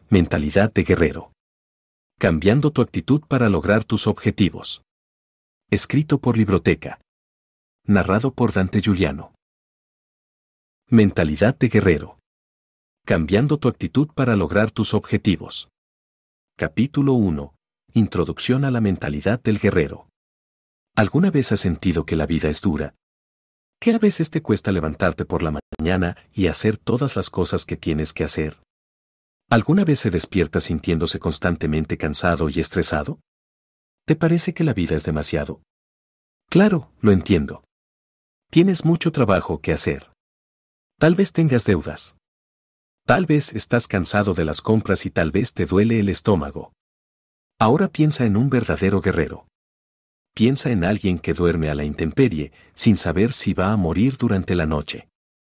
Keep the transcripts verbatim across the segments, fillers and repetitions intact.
Mentalidad de guerrero. Cambiando tu actitud para lograr tus objetivos. Escrito por Libroteca. Narrado por Dante Giuliano. Mentalidad de guerrero. Cambiando tu actitud para lograr tus objetivos. Capítulo uno. Introducción a la mentalidad del guerrero. ¿Alguna vez has sentido que la vida es dura? ¿Que a veces te cuesta levantarte por la mañana y hacer todas las cosas que tienes que hacer? ¿Alguna vez se despierta sintiéndose constantemente cansado y estresado? ¿Te parece que la vida es demasiado? Claro, lo entiendo. Tienes mucho trabajo que hacer. Tal vez tengas deudas. Tal vez estás cansado de las compras y tal vez te duele el estómago. Ahora piensa en un verdadero guerrero. Piensa en alguien que duerme a la intemperie, sin saber si va a morir durante la noche.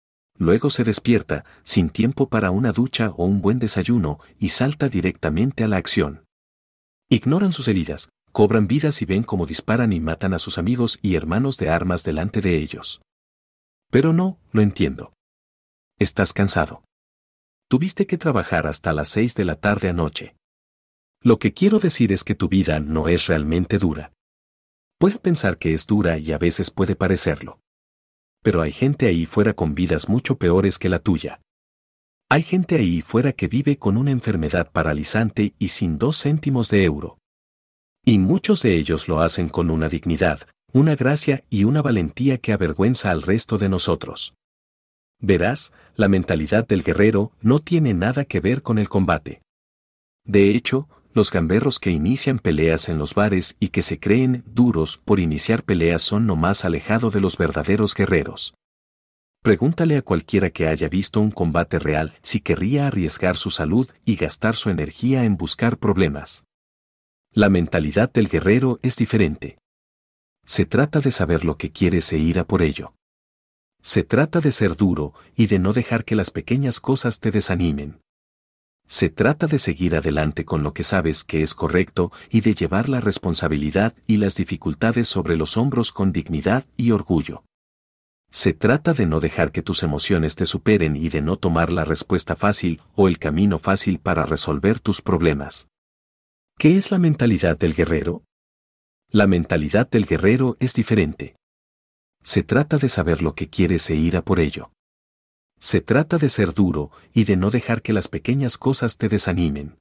Luego se despierta, sin tiempo para una ducha o un buen desayuno, y salta directamente a la acción. Ignoran sus heridas, cobran vidas y ven cómo disparan y matan a sus amigos y hermanos de armas delante de ellos. Pero no, lo entiendo. Estás cansado. Tuviste que trabajar hasta las seis de la tarde anoche. Lo que quiero decir es que tu vida no es realmente dura. Puedes pensar que es dura y a veces puede parecerlo. Pero hay gente ahí fuera con vidas mucho peores que la tuya. Hay gente ahí fuera que vive con una enfermedad paralizante y sin dos céntimos de euro. Y muchos de ellos lo hacen con una dignidad, una gracia y una valentía que avergüenza al resto de nosotros. Verás, la mentalidad del guerrero no tiene nada que ver con el combate. De hecho, los gamberros que inician peleas en los bares y que se creen duros por iniciar peleas son lo más alejado de los verdaderos guerreros. Pregúntale a cualquiera que haya visto un combate real si querría arriesgar su salud y gastar su energía en buscar problemas. La mentalidad del guerrero es diferente. Se trata de saber lo que quieres e ir a por ello. Se trata de ser duro y de no dejar que las pequeñas cosas te desanimen. Se trata de seguir adelante con lo que sabes que es correcto y de llevar la responsabilidad y las dificultades sobre los hombros con dignidad y orgullo. Se trata de no dejar que tus emociones te superen y de no tomar la respuesta fácil o el camino fácil para resolver tus problemas. ¿Qué es la mentalidad del guerrero? La mentalidad del guerrero es diferente. Se trata de saber lo que quieres e ir a por ello. Se trata de ser duro y de no dejar que las pequeñas cosas te desanimen.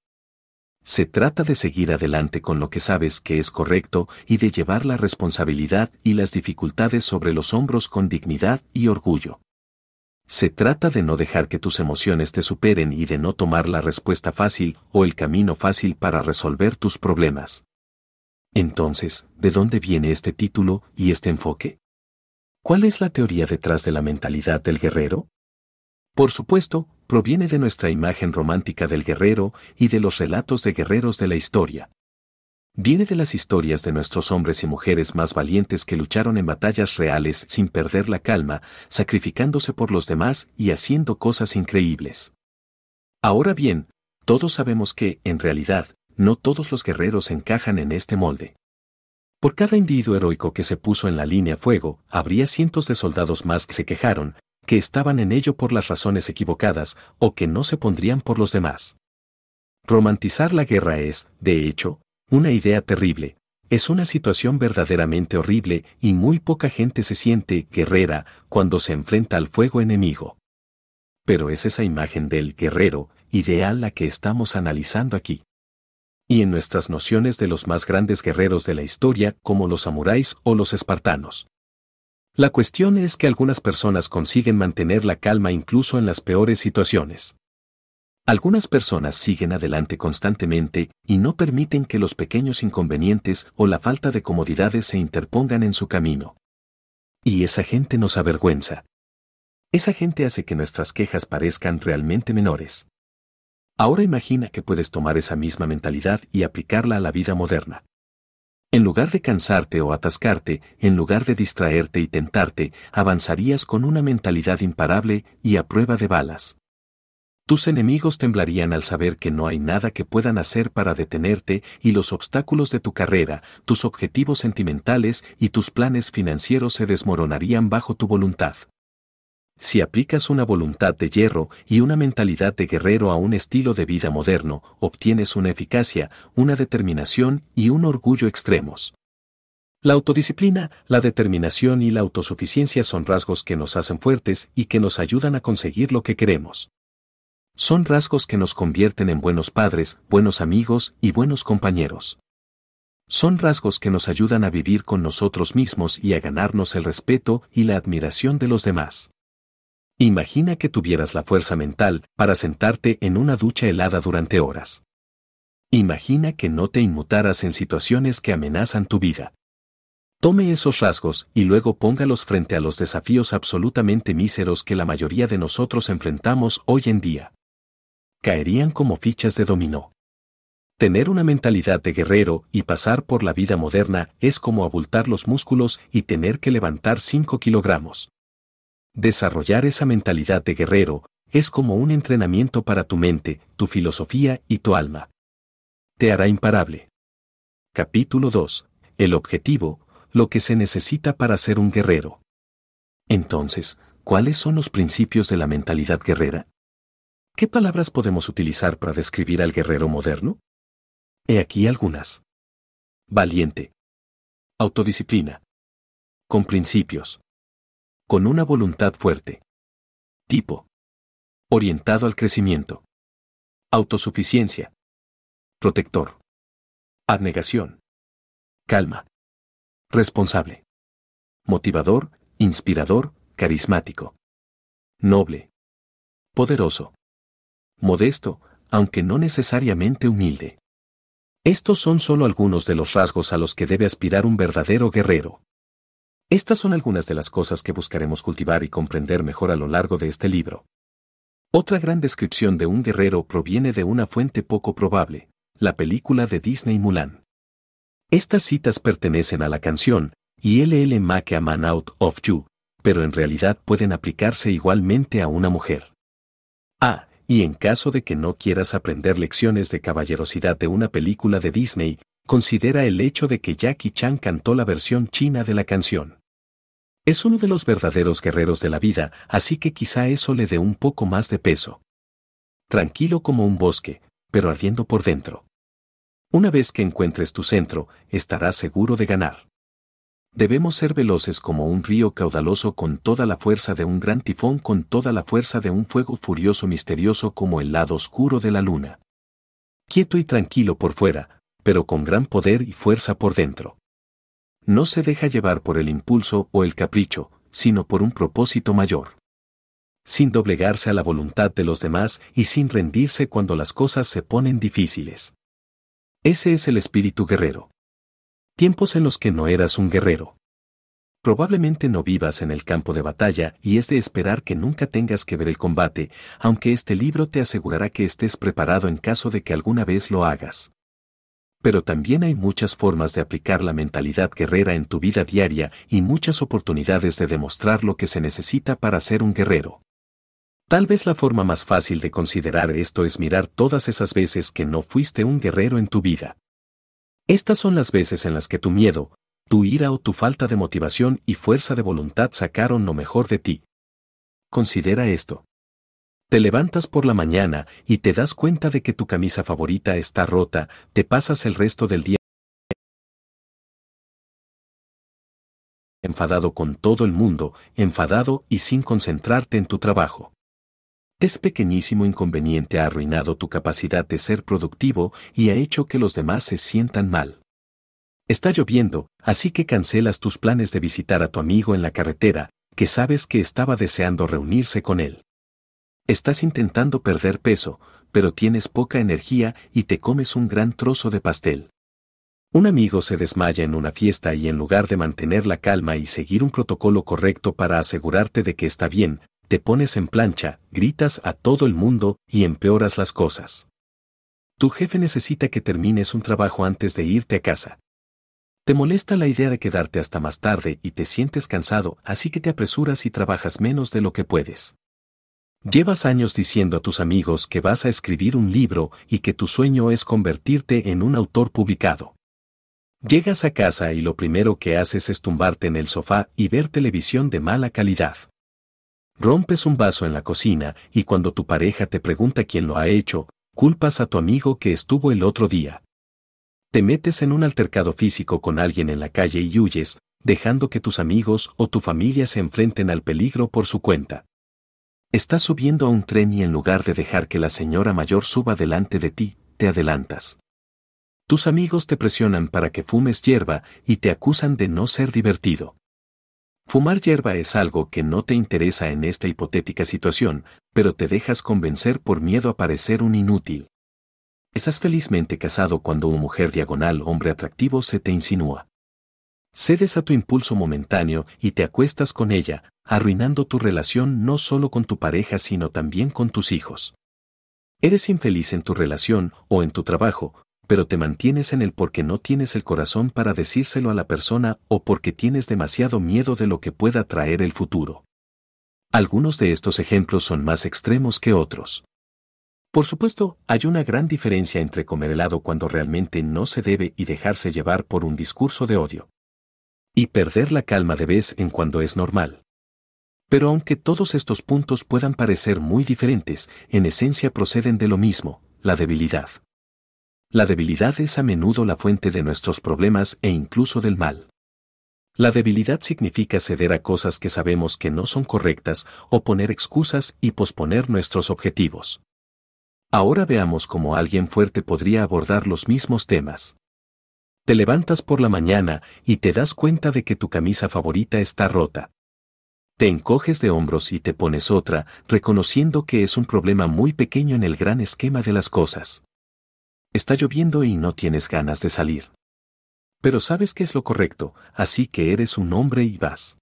Se trata de seguir adelante con lo que sabes que es correcto y de llevar la responsabilidad y las dificultades sobre los hombros con dignidad y orgullo. Se trata de no dejar que tus emociones te superen y de no tomar la respuesta fácil o el camino fácil para resolver tus problemas. Entonces, ¿de dónde viene este título y este enfoque? ¿Cuál es la teoría detrás de la mentalidad del guerrero? Por supuesto, proviene de nuestra imagen romántica del guerrero y de los relatos de guerreros de la historia. Viene de las historias de nuestros hombres y mujeres más valientes que lucharon en batallas reales sin perder la calma, sacrificándose por los demás y haciendo cosas increíbles. Ahora bien, todos sabemos que, en realidad, no todos los guerreros encajan en este molde. Por cada individuo heroico que se puso en la línea a fuego, habría cientos de soldados más que se quejaron, que estaban en ello por las razones equivocadas o que no se pondrían por los demás. Romantizar la guerra es, de hecho, una idea terrible, es una situación verdaderamente horrible y muy poca gente se siente guerrera cuando se enfrenta al fuego enemigo. Pero es esa imagen del guerrero ideal la que estamos analizando aquí. Y en nuestras nociones de los más grandes guerreros de la historia como los samuráis o los espartanos. La cuestión es que algunas personas consiguen mantener la calma incluso en las peores situaciones. Algunas personas siguen adelante constantemente y no permiten que los pequeños inconvenientes o la falta de comodidades se interpongan en su camino. Y esa gente nos avergüenza. Esa gente hace que nuestras quejas parezcan realmente menores. Ahora imagina que puedes tomar esa misma mentalidad y aplicarla a la vida moderna. En lugar de cansarte o atascarte, en lugar de distraerte y tentarte, avanzarías con una mentalidad imparable y a prueba de balas. Tus enemigos temblarían al saber que no hay nada que puedan hacer para detenerte y los obstáculos de tu carrera, tus objetivos sentimentales y tus planes financieros se desmoronarían bajo tu voluntad. Si aplicas una voluntad de hierro y una mentalidad de guerrero a un estilo de vida moderno, obtienes una eficacia, una determinación y un orgullo extremos. La autodisciplina, la determinación y la autosuficiencia son rasgos que nos hacen fuertes y que nos ayudan a conseguir lo que queremos. Son rasgos que nos convierten en buenos padres, buenos amigos y buenos compañeros. Son rasgos que nos ayudan a vivir con nosotros mismos y a ganarnos el respeto y la admiración de los demás. Imagina que tuvieras la fuerza mental para sentarte en una ducha helada durante horas. Imagina que no te inmutaras en situaciones que amenazan tu vida. Tome esos rasgos y luego póngalos frente a los desafíos absolutamente míseros que la mayoría de nosotros enfrentamos hoy en día. Caerían como fichas de dominó. Tener una mentalidad de guerrero y pasar por la vida moderna es como abultar los músculos y tener que levantar cinco kilogramos. Desarrollar esa mentalidad de guerrero es como un entrenamiento para tu mente, tu filosofía y tu alma. Te hará imparable. Capítulo dos. El objetivo, lo que se necesita para ser un guerrero. Entonces, ¿cuáles son los principios de la mentalidad guerrera? ¿Qué palabras podemos utilizar para describir al guerrero moderno? He aquí algunas. Valiente. Autodisciplina. Con principios. Con una voluntad fuerte. Tipo. Orientado al crecimiento. Autosuficiencia. Protector. Abnegación. Calma. Responsable. Motivador, inspirador, carismático. Noble. Poderoso. Modesto, aunque no necesariamente humilde. Estos son solo algunos de los rasgos a los que debe aspirar un verdadero guerrero. Estas son algunas de las cosas que buscaremos cultivar y comprender mejor a lo largo de este libro. Otra gran descripción de un guerrero proviene de una fuente poco probable, la película de Disney Mulan. Estas citas pertenecen a la canción, y L L Make a Man Out of You, pero en realidad pueden aplicarse igualmente a una mujer. Ah, y en caso de que no quieras aprender lecciones de caballerosidad de una película de Disney, considera el hecho de que Jackie Chan cantó la versión china de la canción. Es uno de los verdaderos guerreros de la vida, así que quizá eso le dé un poco más de peso. Tranquilo como un bosque, pero ardiendo por dentro. Una vez que encuentres tu centro, estarás seguro de ganar. Debemos ser veloces como un río caudaloso con toda la fuerza de un gran tifón, con toda la fuerza de un fuego furioso misterioso como el lado oscuro de la luna. Quieto y tranquilo por fuera, pero con gran poder y fuerza por dentro. No se deja llevar por el impulso o el capricho, sino por un propósito mayor. Sin doblegarse a la voluntad de los demás y sin rendirse cuando las cosas se ponen difíciles. Ese es el espíritu guerrero. Tiempos en los que no eras un guerrero. Probablemente no vivas en el campo de batalla y es de esperar que nunca tengas que ver el combate, aunque este libro te asegurará que estés preparado en caso de que alguna vez lo hagas. Pero también hay muchas formas de aplicar la mentalidad guerrera en tu vida diaria y muchas oportunidades de demostrar lo que se necesita para ser un guerrero. Tal vez la forma más fácil de considerar esto es mirar todas esas veces que no fuiste un guerrero en tu vida. Estas son las veces en las que tu miedo, tu ira o tu falta de motivación y fuerza de voluntad sacaron lo mejor de ti. Considera esto. Te levantas por la mañana y te das cuenta de que tu camisa favorita está rota, te pasas el resto del día enfadado con todo el mundo, enfadado y sin concentrarte en tu trabajo. Ese pequeñísimo inconveniente ha arruinado tu capacidad de ser productivo y ha hecho que los demás se sientan mal. Está lloviendo, así que cancelas tus planes de visitar a tu amigo en la carretera, que sabes que estaba deseando reunirse con él. Estás intentando perder peso, pero tienes poca energía y te comes un gran trozo de pastel. Un amigo se desmaya en una fiesta y en lugar de mantener la calma y seguir un protocolo correcto para asegurarte de que está bien, te pones en plancha, gritas a todo el mundo y empeoras las cosas. Tu jefe necesita que termines un trabajo antes de irte a casa. Te molesta la idea de quedarte hasta más tarde y te sientes cansado, así que te apresuras y trabajas menos de lo que puedes. Llevas años diciendo a tus amigos que vas a escribir un libro y que tu sueño es convertirte en un autor publicado. Llegas a casa y lo primero que haces es tumbarte en el sofá y ver televisión de mala calidad. Rompes un vaso en la cocina y cuando tu pareja te pregunta quién lo ha hecho, culpas a tu amigo que estuvo el otro día. Te metes en un altercado físico con alguien en la calle y huyes, dejando que tus amigos o tu familia se enfrenten al peligro por su cuenta. Estás subiendo a un tren y en lugar de dejar que la señora mayor suba delante de ti, te adelantas. Tus amigos te presionan para que fumes hierba y te acusan de no ser divertido. Fumar hierba es algo que no te interesa en esta hipotética situación, pero te dejas convencer por miedo a parecer un inútil. Estás felizmente casado cuando una mujer diagonal hombre atractivo se te insinúa. Cedes a tu impulso momentáneo y te acuestas con ella, arruinando tu relación no solo con tu pareja sino también con tus hijos. Eres infeliz en tu relación o en tu trabajo, pero te mantienes en él porque no tienes el corazón para decírselo a la persona o porque tienes demasiado miedo de lo que pueda traer el futuro. Algunos de estos ejemplos son más extremos que otros. Por supuesto, hay una gran diferencia entre comer helado cuando realmente no se debe y dejarse llevar por un discurso de odio. Y perder la calma de vez en cuando es normal. Pero aunque todos estos puntos puedan parecer muy diferentes, en esencia proceden de lo mismo, la debilidad. La debilidad es a menudo la fuente de nuestros problemas e incluso del mal. La debilidad significa ceder a cosas que sabemos que no son correctas o poner excusas y posponer nuestros objetivos. Ahora veamos cómo alguien fuerte podría abordar los mismos temas. Te levantas por la mañana y te das cuenta de que tu camisa favorita está rota. Te encoges de hombros y te pones otra, reconociendo que es un problema muy pequeño en el gran esquema de las cosas. Está lloviendo y no tienes ganas de salir. Pero sabes que es lo correcto, así que eres un hombre y vas.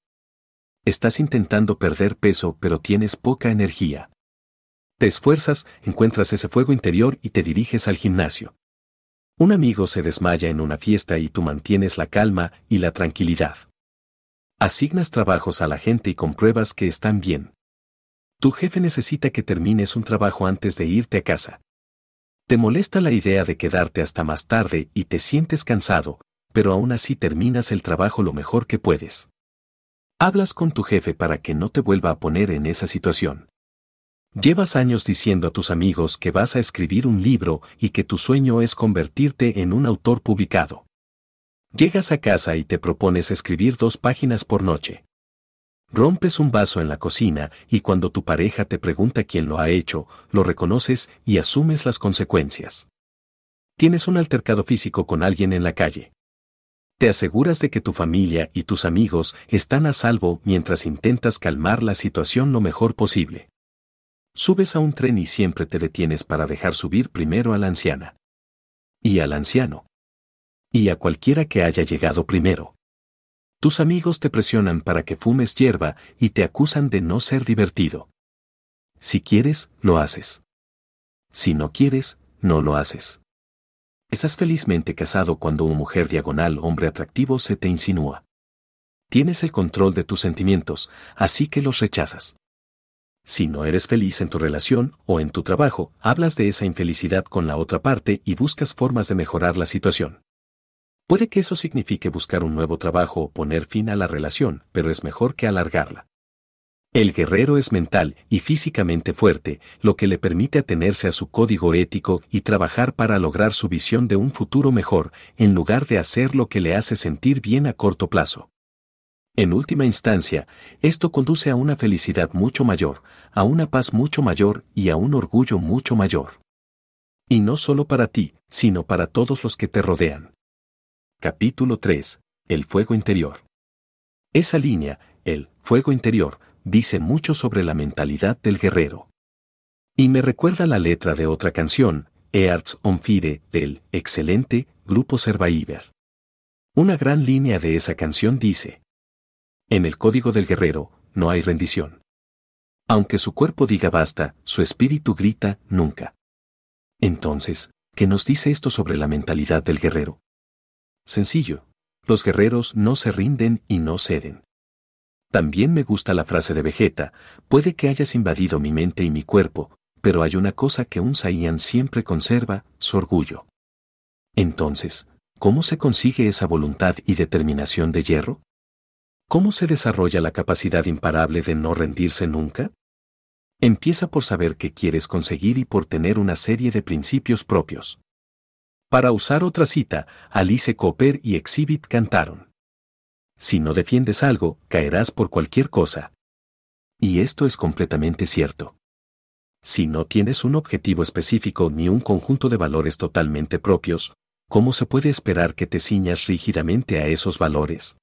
Estás intentando perder peso pero tienes poca energía. Te esfuerzas, encuentras ese fuego interior y te diriges al gimnasio. Un amigo se desmaya en una fiesta y tú mantienes la calma y la tranquilidad. Asignas trabajos a la gente y compruebas que están bien. Tu jefe necesita que termines un trabajo antes de irte a casa. Te molesta la idea de quedarte hasta más tarde y te sientes cansado, pero aún así terminas el trabajo lo mejor que puedes. Hablas con tu jefe para que no te vuelva a poner en esa situación. Llevas años diciendo a tus amigos que vas a escribir un libro y que tu sueño es convertirte en un autor publicado. Llegas a casa y te propones escribir dos páginas por noche. Rompes un vaso en la cocina y cuando tu pareja te pregunta quién lo ha hecho, lo reconoces y asumes las consecuencias. Tienes un altercado físico con alguien en la calle. Te aseguras de que tu familia y tus amigos están a salvo mientras intentas calmar la situación lo mejor posible. Subes a un tren y siempre te detienes para dejar subir primero a la anciana. Y al anciano. Y a cualquiera que haya llegado primero. Tus amigos te presionan para que fumes hierba y te acusan de no ser divertido. Si quieres, lo haces. Si no quieres, no lo haces. Estás felizmente casado cuando una mujer diagonal hombre atractivo se te insinúa. Tienes el control de tus sentimientos, así que los rechazas. Si no eres feliz en tu relación o en tu trabajo, hablas de esa infelicidad con la otra parte y buscas formas de mejorar la situación. Puede que eso signifique buscar un nuevo trabajo o poner fin a la relación, pero es mejor que alargarla. El guerrero es mental y físicamente fuerte, lo que le permite atenerse a su código ético y trabajar para lograr su visión de un futuro mejor, en lugar de hacer lo que le hace sentir bien a corto plazo. En última instancia, esto conduce a una felicidad mucho mayor, a una paz mucho mayor y a un orgullo mucho mayor. Y no solo para ti, sino para todos los que te rodean. Capítulo tres. El fuego interior. Esa línea, el fuego interior, dice mucho sobre la mentalidad del guerrero. Y me recuerda la letra de otra canción, Earth on Fire, del excelente grupo Survivor. Una gran línea de esa canción dice: en el código del guerrero, no hay rendición. Aunque su cuerpo diga basta, su espíritu grita nunca. Entonces, ¿qué nos dice esto sobre la mentalidad del guerrero? Sencillo, los guerreros no se rinden y no ceden. También me gusta la frase de Vegeta: puede que hayas invadido mi mente y mi cuerpo, pero hay una cosa que un Saiyan siempre conserva, su orgullo. Entonces, ¿cómo se consigue esa voluntad y determinación de hierro? ¿Cómo se desarrolla la capacidad imparable de no rendirse nunca? Empieza por saber qué quieres conseguir y por tener una serie de principios propios. Para usar otra cita, Alice Cooper y Exhibit cantaron: si no defiendes algo, caerás por cualquier cosa. Y esto es completamente cierto. Si no tienes un objetivo específico ni un conjunto de valores totalmente propios, ¿cómo se puede esperar que te ciñas rígidamente a esos valores?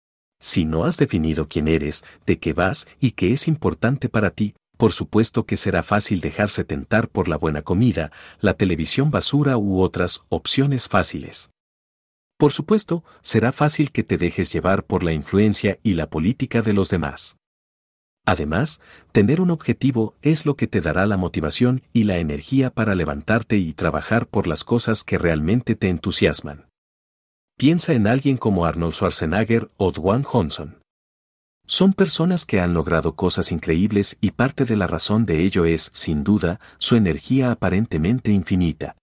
Si no has definido quién eres, de qué vas y qué es importante para ti, por supuesto que será fácil dejarse tentar por la buena comida, la televisión basura u otras opciones fáciles. Por supuesto, será fácil que te dejes llevar por la influencia y la política de los demás. Además, tener un objetivo es lo que te dará la motivación y la energía para levantarte y trabajar por las cosas que realmente te entusiasman. Piensa en alguien como Arnold Schwarzenegger o Dwayne Johnson. Son personas que han logrado cosas increíbles y parte de la razón de ello es, sin duda, su energía aparentemente infinita.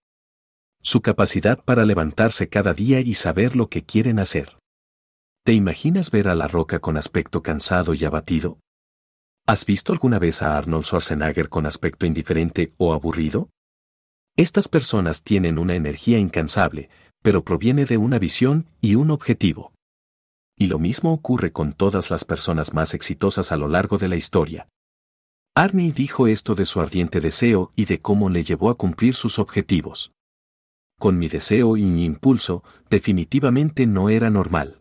Su capacidad para levantarse cada día y saber lo que quieren hacer. ¿Te imaginas ver a La Roca con aspecto cansado y abatido? ¿Has visto alguna vez a Arnold Schwarzenegger con aspecto indiferente o aburrido? Estas personas tienen una energía incansable, pero proviene de una visión y un objetivo. Y lo mismo ocurre con todas las personas más exitosas a lo largo de la historia. Arnie dijo esto de su ardiente deseo y de cómo le llevó a cumplir sus objetivos. Con mi deseo y mi impulso, definitivamente no era normal.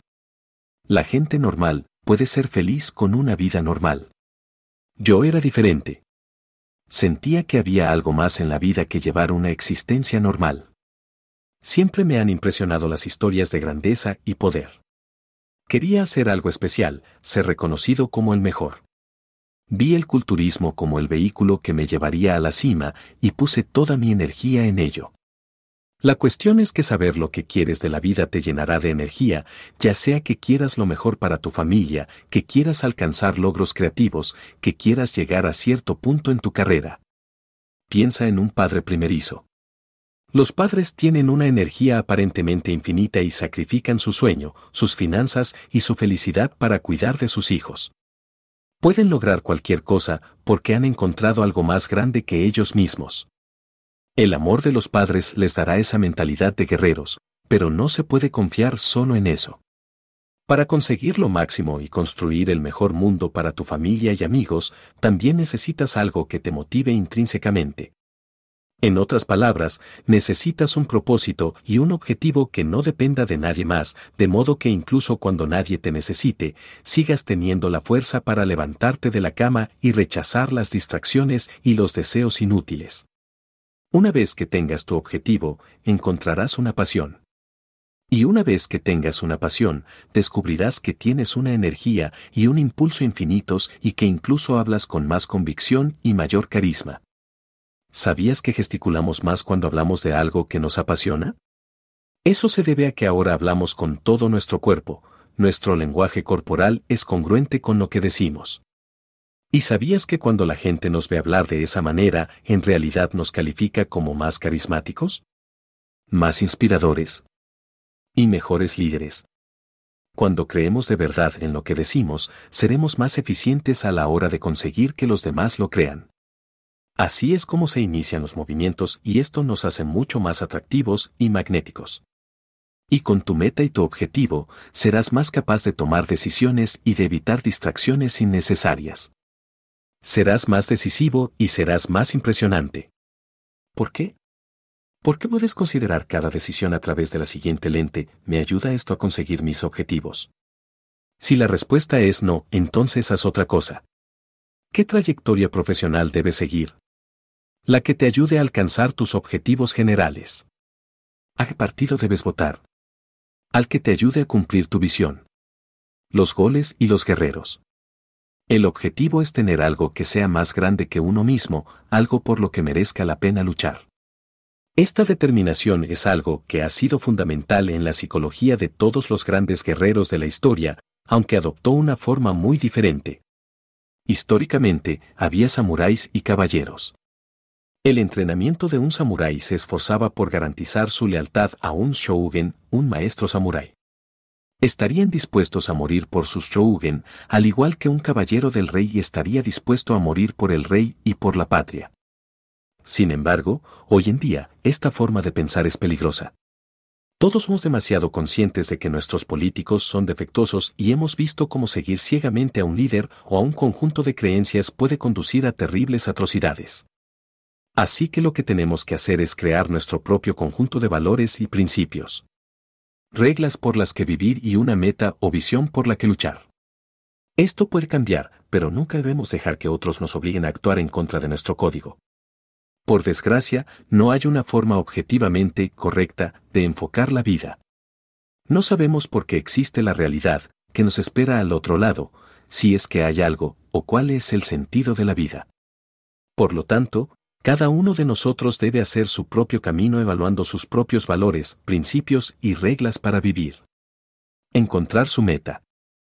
La gente normal puede ser feliz con una vida normal. Yo era diferente. Sentía que había algo más en la vida que llevar una existencia normal. Siempre me han impresionado las historias de grandeza y poder. Quería hacer algo especial, ser reconocido como el mejor. Vi el culturismo como el vehículo que me llevaría a la cima y puse toda mi energía en ello. La cuestión es que saber lo que quieres de la vida te llenará de energía, ya sea que quieras lo mejor para tu familia, que quieras alcanzar logros creativos, que quieras llegar a cierto punto en tu carrera. Piensa en un padre primerizo. Los padres tienen una energía aparentemente infinita y sacrifican su sueño, sus finanzas y su felicidad para cuidar de sus hijos. Pueden lograr cualquier cosa porque han encontrado algo más grande que ellos mismos. El amor de los padres les dará esa mentalidad de guerreros, pero no se puede confiar solo en eso. Para conseguir lo máximo y construir el mejor mundo para tu familia y amigos, también necesitas algo que te motive intrínsecamente. En otras palabras, necesitas un propósito y un objetivo que no dependa de nadie más, de modo que incluso cuando nadie te necesite, sigas teniendo la fuerza para levantarte de la cama y rechazar las distracciones y los deseos inútiles. Una vez que tengas tu objetivo, encontrarás una pasión. Y una vez que tengas una pasión, descubrirás que tienes una energía y un impulso infinitos y que incluso hablas con más convicción y mayor carisma. ¿Sabías que gesticulamos más cuando hablamos de algo que nos apasiona? Eso se debe a que ahora hablamos con todo nuestro cuerpo, nuestro lenguaje corporal es congruente con lo que decimos. ¿Y sabías que cuando la gente nos ve hablar de esa manera, en realidad nos califica como más carismáticos? Más inspiradores. Y mejores líderes. Cuando creemos de verdad en lo que decimos, seremos más eficientes a la hora de conseguir que los demás lo crean. Así es como se inician los movimientos y esto nos hace mucho más atractivos y magnéticos. Y con tu meta y tu objetivo, serás más capaz de tomar decisiones y de evitar distracciones innecesarias. Serás más decisivo y serás más impresionante. ¿Por qué? ¿Por qué puedes considerar cada decisión a través de la siguiente lente? ¿Me ayuda esto a conseguir mis objetivos? Si la respuesta es no, entonces haz otra cosa. ¿Qué trayectoria profesional debes seguir? La que te ayude a alcanzar tus objetivos generales. ¿A qué partido debes votar? Al que te ayude a cumplir tu visión. Los goles y los guerreros. El objetivo es tener algo que sea más grande que uno mismo, algo por lo que merezca la pena luchar. Esta determinación es algo que ha sido fundamental en la psicología de todos los grandes guerreros de la historia, aunque adoptó una forma muy diferente. Históricamente, había samuráis y caballeros. El entrenamiento de un samurái se esforzaba por garantizar su lealtad a un shōgun, un maestro samurái. Estarían dispuestos a morir por sus shōgun, al igual que un caballero del rey estaría dispuesto a morir por el rey y por la patria. Sin embargo, hoy en día, esta forma de pensar es peligrosa. Todos somos demasiado conscientes de que nuestros políticos son defectuosos y hemos visto cómo seguir ciegamente a un líder o a un conjunto de creencias puede conducir a terribles atrocidades. Así que lo que tenemos que hacer es crear nuestro propio conjunto de valores y principios. Reglas por las que vivir y una meta o visión por la que luchar. Esto puede cambiar, pero nunca debemos dejar que otros nos obliguen a actuar en contra de nuestro código. Por desgracia, no hay una forma objetivamente correcta de enfocar la vida. No sabemos por qué existe la realidad que nos espera al otro lado, si es que hay algo, o cuál es el sentido de la vida. Por lo tanto, cada uno de nosotros debe hacer su propio camino evaluando sus propios valores, principios y reglas para vivir. Encontrar su meta.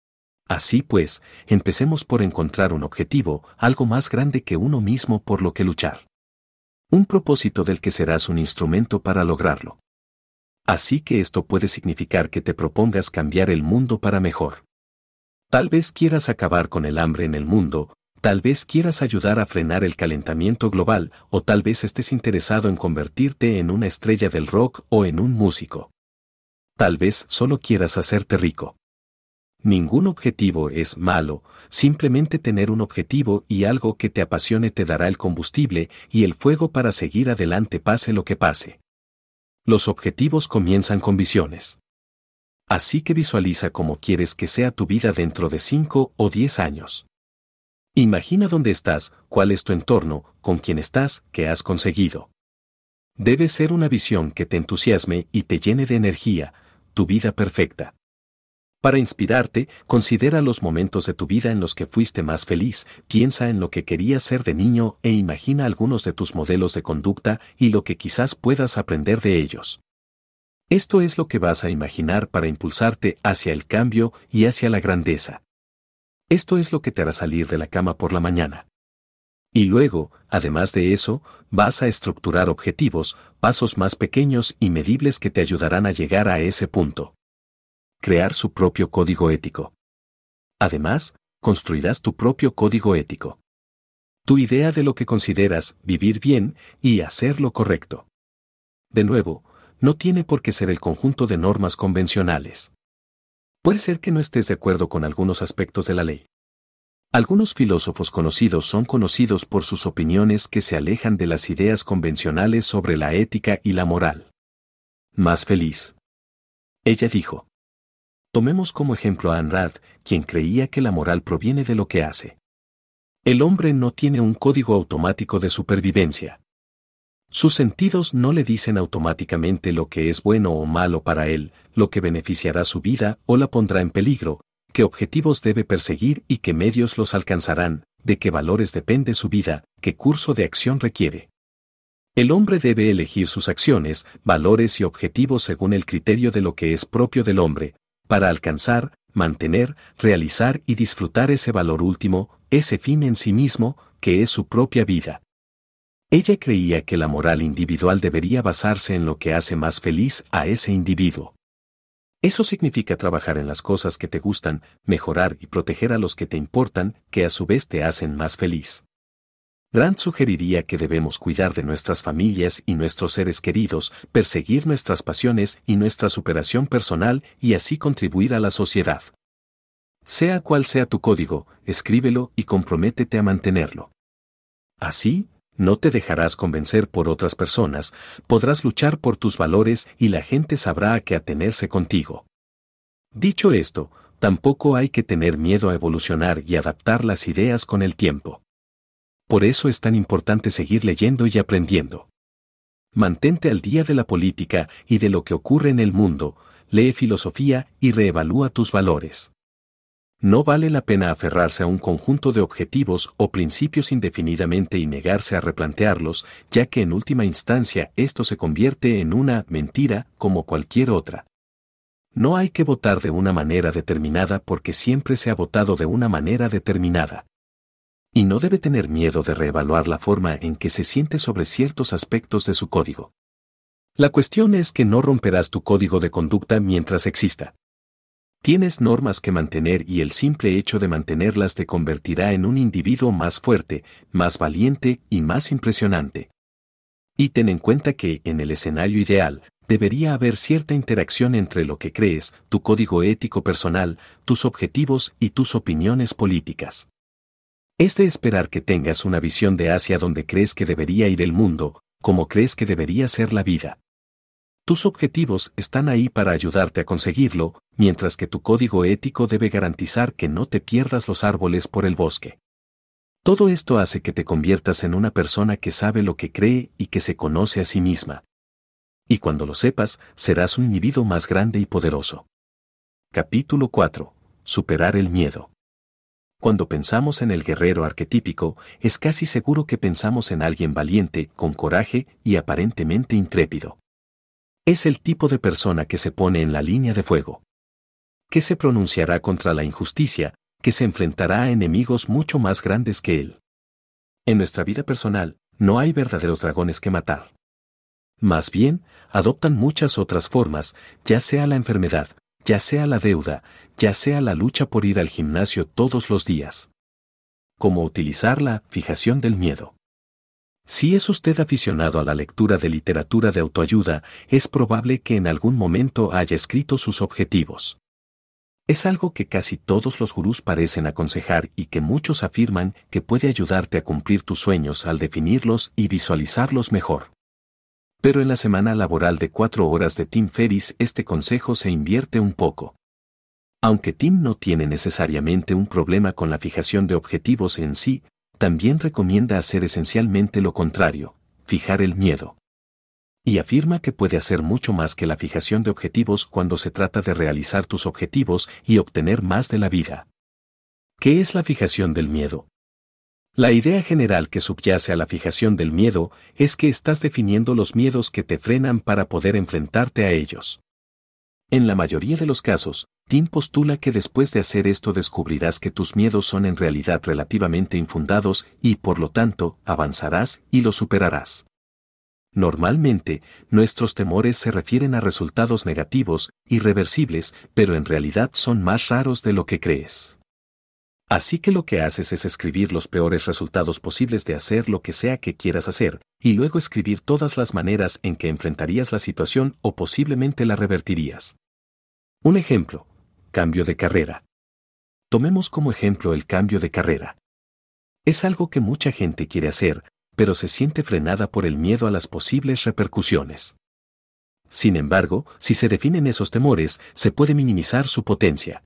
Así pues, empecemos por encontrar un objetivo, algo más grande que uno mismo por lo que luchar. Un propósito del que serás un instrumento para lograrlo. Así que esto puede significar que te propongas cambiar el mundo para mejor. Tal vez quieras acabar con el hambre en el mundo, tal vez quieras ayudar a frenar el calentamiento global, o tal vez estés interesado en convertirte en una estrella del rock o en un músico. Tal vez solo quieras hacerte rico. Ningún objetivo es malo, simplemente tener un objetivo y algo que te apasione te dará el combustible y el fuego para seguir adelante pase lo que pase. Los objetivos comienzan con visiones. Así que visualiza cómo quieres que sea tu vida dentro de cinco o diez años. Imagina dónde estás, cuál es tu entorno, con quién estás, qué has conseguido. Debe ser una visión que te entusiasme y te llene de energía, tu vida perfecta. Para inspirarte, considera los momentos de tu vida en los que fuiste más feliz, piensa en lo que querías ser de niño e imagina algunos de tus modelos de conducta y lo que quizás puedas aprender de ellos. Esto es lo que vas a imaginar para impulsarte hacia el cambio y hacia la grandeza. Esto es lo que te hará salir de la cama por la mañana. Y luego, además de eso, vas a estructurar objetivos, pasos más pequeños y medibles que te ayudarán a llegar a ese punto. Crear su propio código ético. Además, construirás tu propio código ético. Tu idea de lo que consideras vivir bien y hacer lo correcto. De nuevo, no tiene por qué ser el conjunto de normas convencionales. Puede ser que no estés de acuerdo con algunos aspectos de la ley. Algunos filósofos conocidos son conocidos por sus opiniones que se alejan de las ideas convencionales sobre la ética y la moral. Más feliz. Ella dijo. Tomemos como ejemplo a Ayn Rand, quien creía que la moral proviene de lo que hace. El hombre no tiene un código automático de supervivencia. Sus sentidos no le dicen automáticamente lo que es bueno o malo para él, lo que beneficiará su vida o la pondrá en peligro, qué objetivos debe perseguir y qué medios los alcanzarán, de qué valores depende su vida, qué curso de acción requiere. El hombre debe elegir sus acciones, valores y objetivos según el criterio de lo que es propio del hombre, para alcanzar, mantener, realizar y disfrutar ese valor último, ese fin en sí mismo, que es su propia vida. Ella creía que la moral individual debería basarse en lo que hace más feliz a ese individuo. Eso significa trabajar en las cosas que te gustan, mejorar y proteger a los que te importan, que a su vez te hacen más feliz. Grant sugeriría que debemos cuidar de nuestras familias y nuestros seres queridos, perseguir nuestras pasiones y nuestra superación personal y así contribuir a la sociedad. Sea cual sea tu código, escríbelo y comprométete a mantenerlo. Así, no te dejarás convencer por otras personas, podrás luchar por tus valores y la gente sabrá a qué atenerse contigo. Dicho esto, tampoco hay que tener miedo a evolucionar y adaptar las ideas con el tiempo. Por eso es tan importante seguir leyendo y aprendiendo. Mantente al día de la política y de lo que ocurre en el mundo, lee filosofía y reevalúa tus valores. No vale la pena aferrarse a un conjunto de objetivos o principios indefinidamente y negarse a replantearlos, ya que en última instancia esto se convierte en una mentira como cualquier otra. No hay que votar de una manera determinada porque siempre se ha votado de una manera determinada. Y no debe tener miedo de reevaluar la forma en que se siente sobre ciertos aspectos de su código. La cuestión es que no romperás tu código de conducta mientras exista. Tienes normas que mantener y el simple hecho de mantenerlas te convertirá en un individuo más fuerte, más valiente y más impresionante. Y ten en cuenta que, en el escenario ideal, debería haber cierta interacción entre lo que crees, tu código ético personal, tus objetivos y tus opiniones políticas. Es de esperar que tengas una visión de hacia donde crees que debería ir el mundo, como crees que debería ser la vida. Tus objetivos están ahí para ayudarte a conseguirlo, mientras que tu código ético debe garantizar que no te pierdas los árboles por el bosque. Todo esto hace que te conviertas en una persona que sabe lo que cree y que se conoce a sí misma. Y cuando lo sepas, serás un individuo más grande y poderoso. Capítulo cuatro. Superar el miedo. Cuando pensamos en el guerrero arquetípico, es casi seguro que pensamos en alguien valiente, con coraje y aparentemente intrépido. Es el tipo de persona que se pone en la línea de fuego, que se pronunciará contra la injusticia, que se enfrentará a enemigos mucho más grandes que él. En nuestra vida personal, no hay verdaderos dragones que matar. Más bien, adoptan muchas otras formas, ya sea la enfermedad, ya sea la deuda, ya sea la lucha por ir al gimnasio todos los días. ¿Cómo utilizar la fijación del miedo? Si es usted aficionado a la lectura de literatura de autoayuda, es probable que en algún momento haya escrito sus objetivos. Es algo que casi todos los gurús parecen aconsejar y que muchos afirman que puede ayudarte a cumplir tus sueños al definirlos y visualizarlos mejor. Pero en la semana laboral de cuatro horas de Tim Ferriss este consejo se invierte un poco. Aunque Tim no tiene necesariamente un problema con la fijación de objetivos en sí, también recomienda hacer esencialmente lo contrario, fijar el miedo. Y afirma que puede hacer mucho más que la fijación de objetivos cuando se trata de realizar tus objetivos y obtener más de la vida. ¿Qué es la fijación del miedo? La idea general que subyace a la fijación del miedo es que estás definiendo los miedos que te frenan para poder enfrentarte a ellos. En la mayoría de los casos, Tim postula que después de hacer esto descubrirás que tus miedos son en realidad relativamente infundados y por lo tanto avanzarás y los superarás. Normalmente, nuestros temores se refieren a resultados negativos, irreversibles, pero en realidad son más raros de lo que crees. Así que lo que haces es escribir los peores resultados posibles de hacer lo que sea que quieras hacer, y luego escribir todas las maneras en que enfrentarías la situación o posiblemente la revertirías. Un ejemplo: cambio de carrera. Tomemos como ejemplo el cambio de carrera. Es algo que mucha gente quiere hacer, pero se siente frenada por el miedo a las posibles repercusiones. Sin embargo, si se definen esos temores, se puede minimizar su potencia.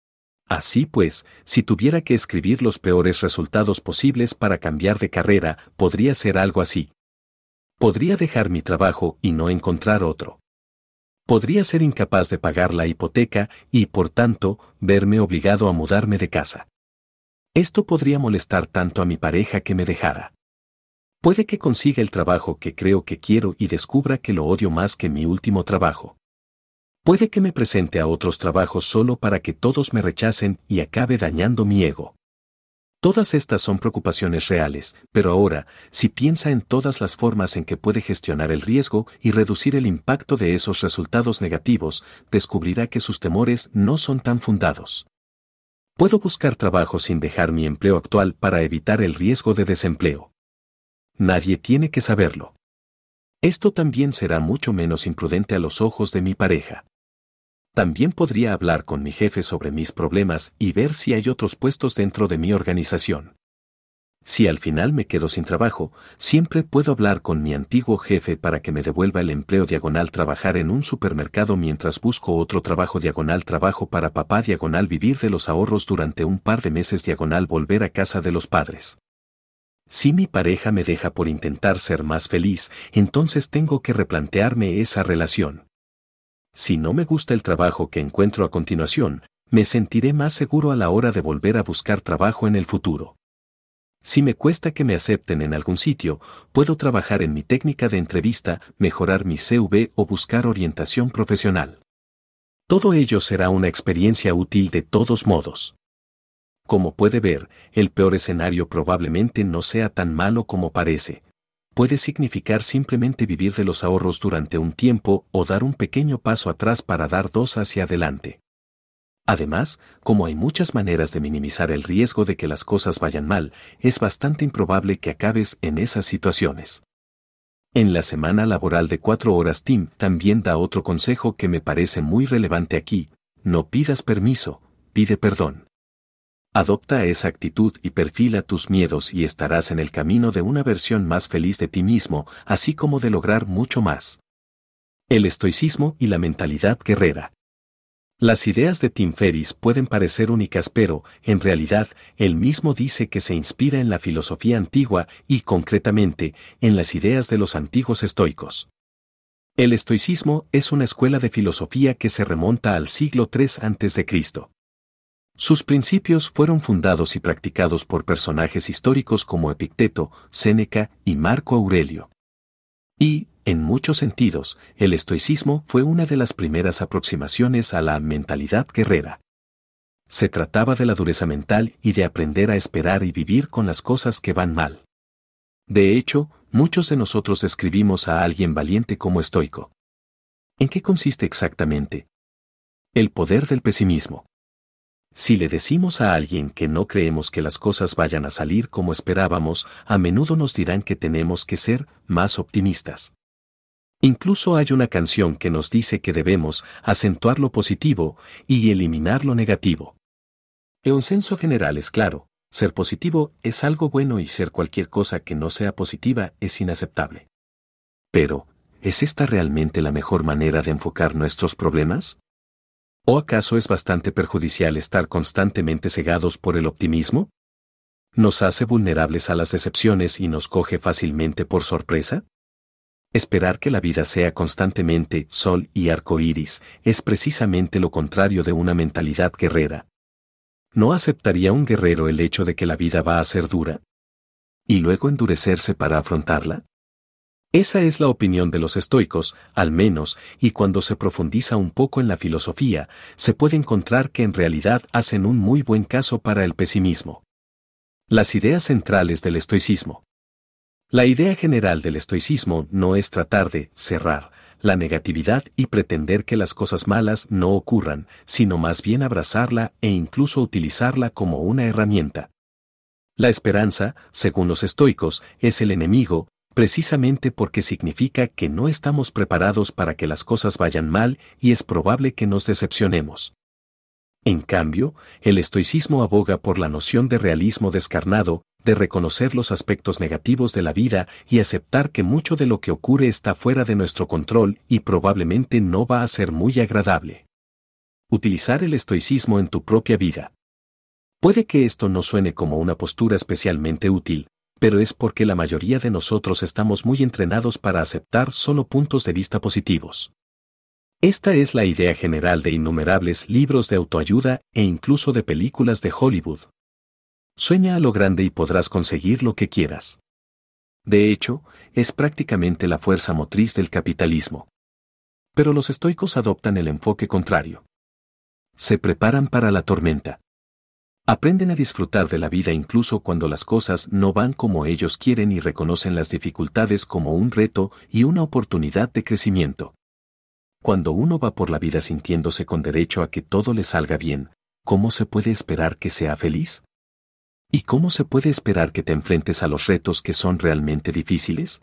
Así pues, si tuviera que escribir los peores resultados posibles para cambiar de carrera, podría ser algo así. Podría dejar mi trabajo y no encontrar otro. Podría ser incapaz de pagar la hipoteca y, por tanto, verme obligado a mudarme de casa. Esto podría molestar tanto a mi pareja que me dejara. Puede que consiga el trabajo que creo que quiero y descubra que lo odio más que mi último trabajo. Puede que me presente a otros trabajos solo para que todos me rechacen y acabe dañando mi ego. Todas estas son preocupaciones reales, pero ahora, si piensa en todas las formas en que puede gestionar el riesgo y reducir el impacto de esos resultados negativos, descubrirá que sus temores no son tan fundados. Puedo buscar trabajo sin dejar mi empleo actual para evitar el riesgo de desempleo. Nadie tiene que saberlo. Esto también será mucho menos imprudente a los ojos de mi pareja. También podría hablar con mi jefe sobre mis problemas y ver si hay otros puestos dentro de mi organización. Si al final me quedo sin trabajo, siempre puedo hablar con mi antiguo jefe para que me devuelva el empleo diagonal trabajar en un supermercado mientras busco otro trabajo diagonal trabajo para papá diagonal vivir de los ahorros durante un par de meses diagonal volver a casa de los padres. Si mi pareja me deja por intentar ser más feliz, entonces tengo que replantearme esa relación. Si no me gusta el trabajo que encuentro a continuación, me sentiré más seguro a la hora de volver a buscar trabajo en el futuro. Si me cuesta que me acepten en algún sitio, puedo trabajar en mi técnica de entrevista, mejorar mi C V o buscar orientación profesional. Todo ello será una experiencia útil de todos modos. Como puede ver, el peor escenario probablemente no sea tan malo como parece. Puede significar simplemente vivir de los ahorros durante un tiempo o dar un pequeño paso atrás para dar dos hacia adelante. Además, como hay muchas maneras de minimizar el riesgo de que las cosas vayan mal, es bastante improbable que acabes en esas situaciones. En la semana laboral de cuatro horas, Tim también da otro consejo que me parece muy relevante aquí: no pidas permiso, pide perdón. Adopta esa actitud y perfila tus miedos y estarás en el camino de una versión más feliz de ti mismo, así como de lograr mucho más. El estoicismo y la mentalidad guerrera. Las ideas de Tim Ferriss pueden parecer únicas, pero, en realidad, él mismo dice que se inspira en la filosofía antigua y, concretamente, en las ideas de los antiguos estoicos. El estoicismo es una escuela de filosofía que se remonta al siglo tercero antes de Cristo. Sus principios fueron fundados y practicados por personajes históricos como Epicteto, Séneca y Marco Aurelio. Y, en muchos sentidos, el estoicismo fue una de las primeras aproximaciones a la mentalidad guerrera. Se trataba de la dureza mental y de aprender a esperar y vivir con las cosas que van mal. De hecho, muchos de nosotros describimos a alguien valiente como estoico. ¿En qué consiste exactamente? El poder del pesimismo. Si le decimos a alguien que no creemos que las cosas vayan a salir como esperábamos, a menudo nos dirán que tenemos que ser más optimistas. Incluso hay una canción que nos dice que debemos acentuar lo positivo y eliminar lo negativo. En un senso general es claro, ser positivo es algo bueno y ser cualquier cosa que no sea positiva es inaceptable. Pero, ¿es esta realmente la mejor manera de enfocar nuestros problemas? ¿O acaso es bastante perjudicial estar constantemente cegados por el optimismo? ¿Nos hace vulnerables a las decepciones y nos coge fácilmente por sorpresa? Esperar que la vida sea constantemente sol y arco iris es precisamente lo contrario de una mentalidad guerrera. ¿No aceptaría un guerrero el hecho de que la vida va a ser dura? ¿Y luego endurecerse para afrontarla? Esa es la opinión de los estoicos, al menos, y cuando se profundiza un poco en la filosofía, se puede encontrar que en realidad hacen un muy buen caso para el pesimismo. Las ideas centrales del estoicismo. La idea general del estoicismo no es tratar de cerrar la negatividad y pretender que las cosas malas no ocurran, sino más bien abrazarla e incluso utilizarla como una herramienta. La esperanza, según los estoicos, es el enemigo, precisamente porque significa que no estamos preparados para que las cosas vayan mal y es probable que nos decepcionemos. En cambio, el estoicismo aboga por la noción de realismo descarnado, de reconocer los aspectos negativos de la vida y aceptar que mucho de lo que ocurre está fuera de nuestro control y probablemente no va a ser muy agradable. Utilizar el estoicismo en tu propia vida. Puede que esto no suene como una postura especialmente útil, pero es porque la mayoría de nosotros estamos muy entrenados para aceptar solo puntos de vista positivos. Esta es la idea general de innumerables libros de autoayuda e incluso de películas de Hollywood. Sueña a lo grande y podrás conseguir lo que quieras. De hecho, es prácticamente la fuerza motriz del capitalismo. Pero los estoicos adoptan el enfoque contrario. Se preparan para la tormenta. Aprenden a disfrutar de la vida incluso cuando las cosas no van como ellos quieren y reconocen las dificultades como un reto y una oportunidad de crecimiento. Cuando uno va por la vida sintiéndose con derecho a que todo le salga bien, ¿cómo se puede esperar que sea feliz? ¿Y cómo se puede esperar que te enfrentes a los retos que son realmente difíciles?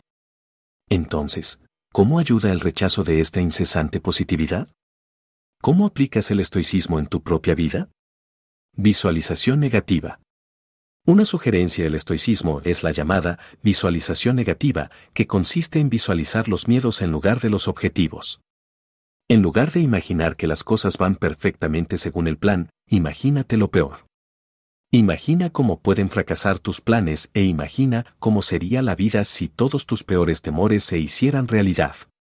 Entonces, ¿cómo ayuda el rechazo de esta incesante positividad? ¿Cómo aplicas el estoicismo en tu propia vida? Visualización negativa. Una sugerencia del estoicismo es la llamada visualización negativa, que consiste en visualizar los miedos en lugar de los objetivos. En lugar de imaginar que las cosas van perfectamente según el plan, imagínate lo peor. Imagina cómo pueden fracasar tus planes e imagina cómo sería la vida si todos tus peores temores se hicieran realidad.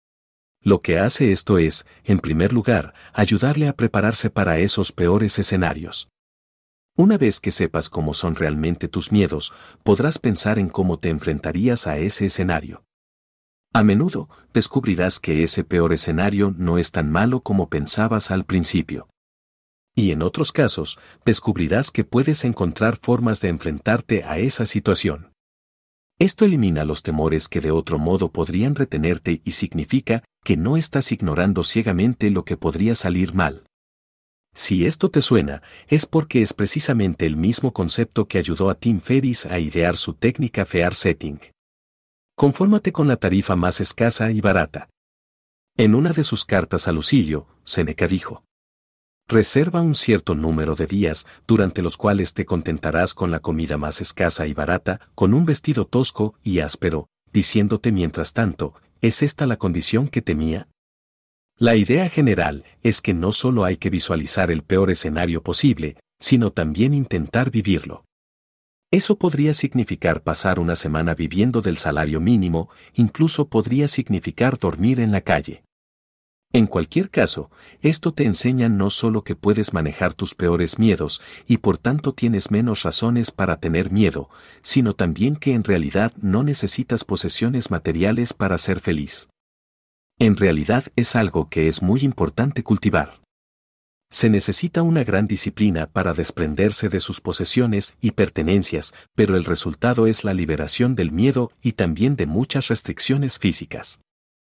Lo que hace esto es, en primer lugar, ayudarle a prepararse para esos peores escenarios. Una vez que sepas cómo son realmente tus miedos, podrás pensar en cómo te enfrentarías a ese escenario. A menudo, descubrirás que ese peor escenario no es tan malo como pensabas al principio. Y en otros casos, descubrirás que puedes encontrar formas de enfrentarte a esa situación. Esto elimina los temores que de otro modo podrían retenerte y significa que no estás ignorando ciegamente lo que podría salir mal. Si esto te suena, es porque es precisamente el mismo concepto que ayudó a Tim Ferriss a idear su técnica Fear Setting. Confórmate con la tarifa más escasa y barata. En una de sus cartas a Lucilio, Séneca dijo: reserva un cierto número de días durante los cuales te contentarás con la comida más escasa y barata, con un vestido tosco y áspero, diciéndote mientras tanto, ¿es esta la condición que temía? La idea general es que no solo hay que visualizar el peor escenario posible, sino también intentar vivirlo. Eso podría significar pasar una semana viviendo del salario mínimo, incluso podría significar dormir en la calle. En cualquier caso, esto te enseña no solo que puedes manejar tus peores miedos y por tanto tienes menos razones para tener miedo, sino también que en realidad no necesitas posesiones materiales para ser feliz. En realidad es algo que es muy importante cultivar. Se necesita una gran disciplina para desprenderse de sus posesiones y pertenencias, pero el resultado es la liberación del miedo y también de muchas restricciones físicas.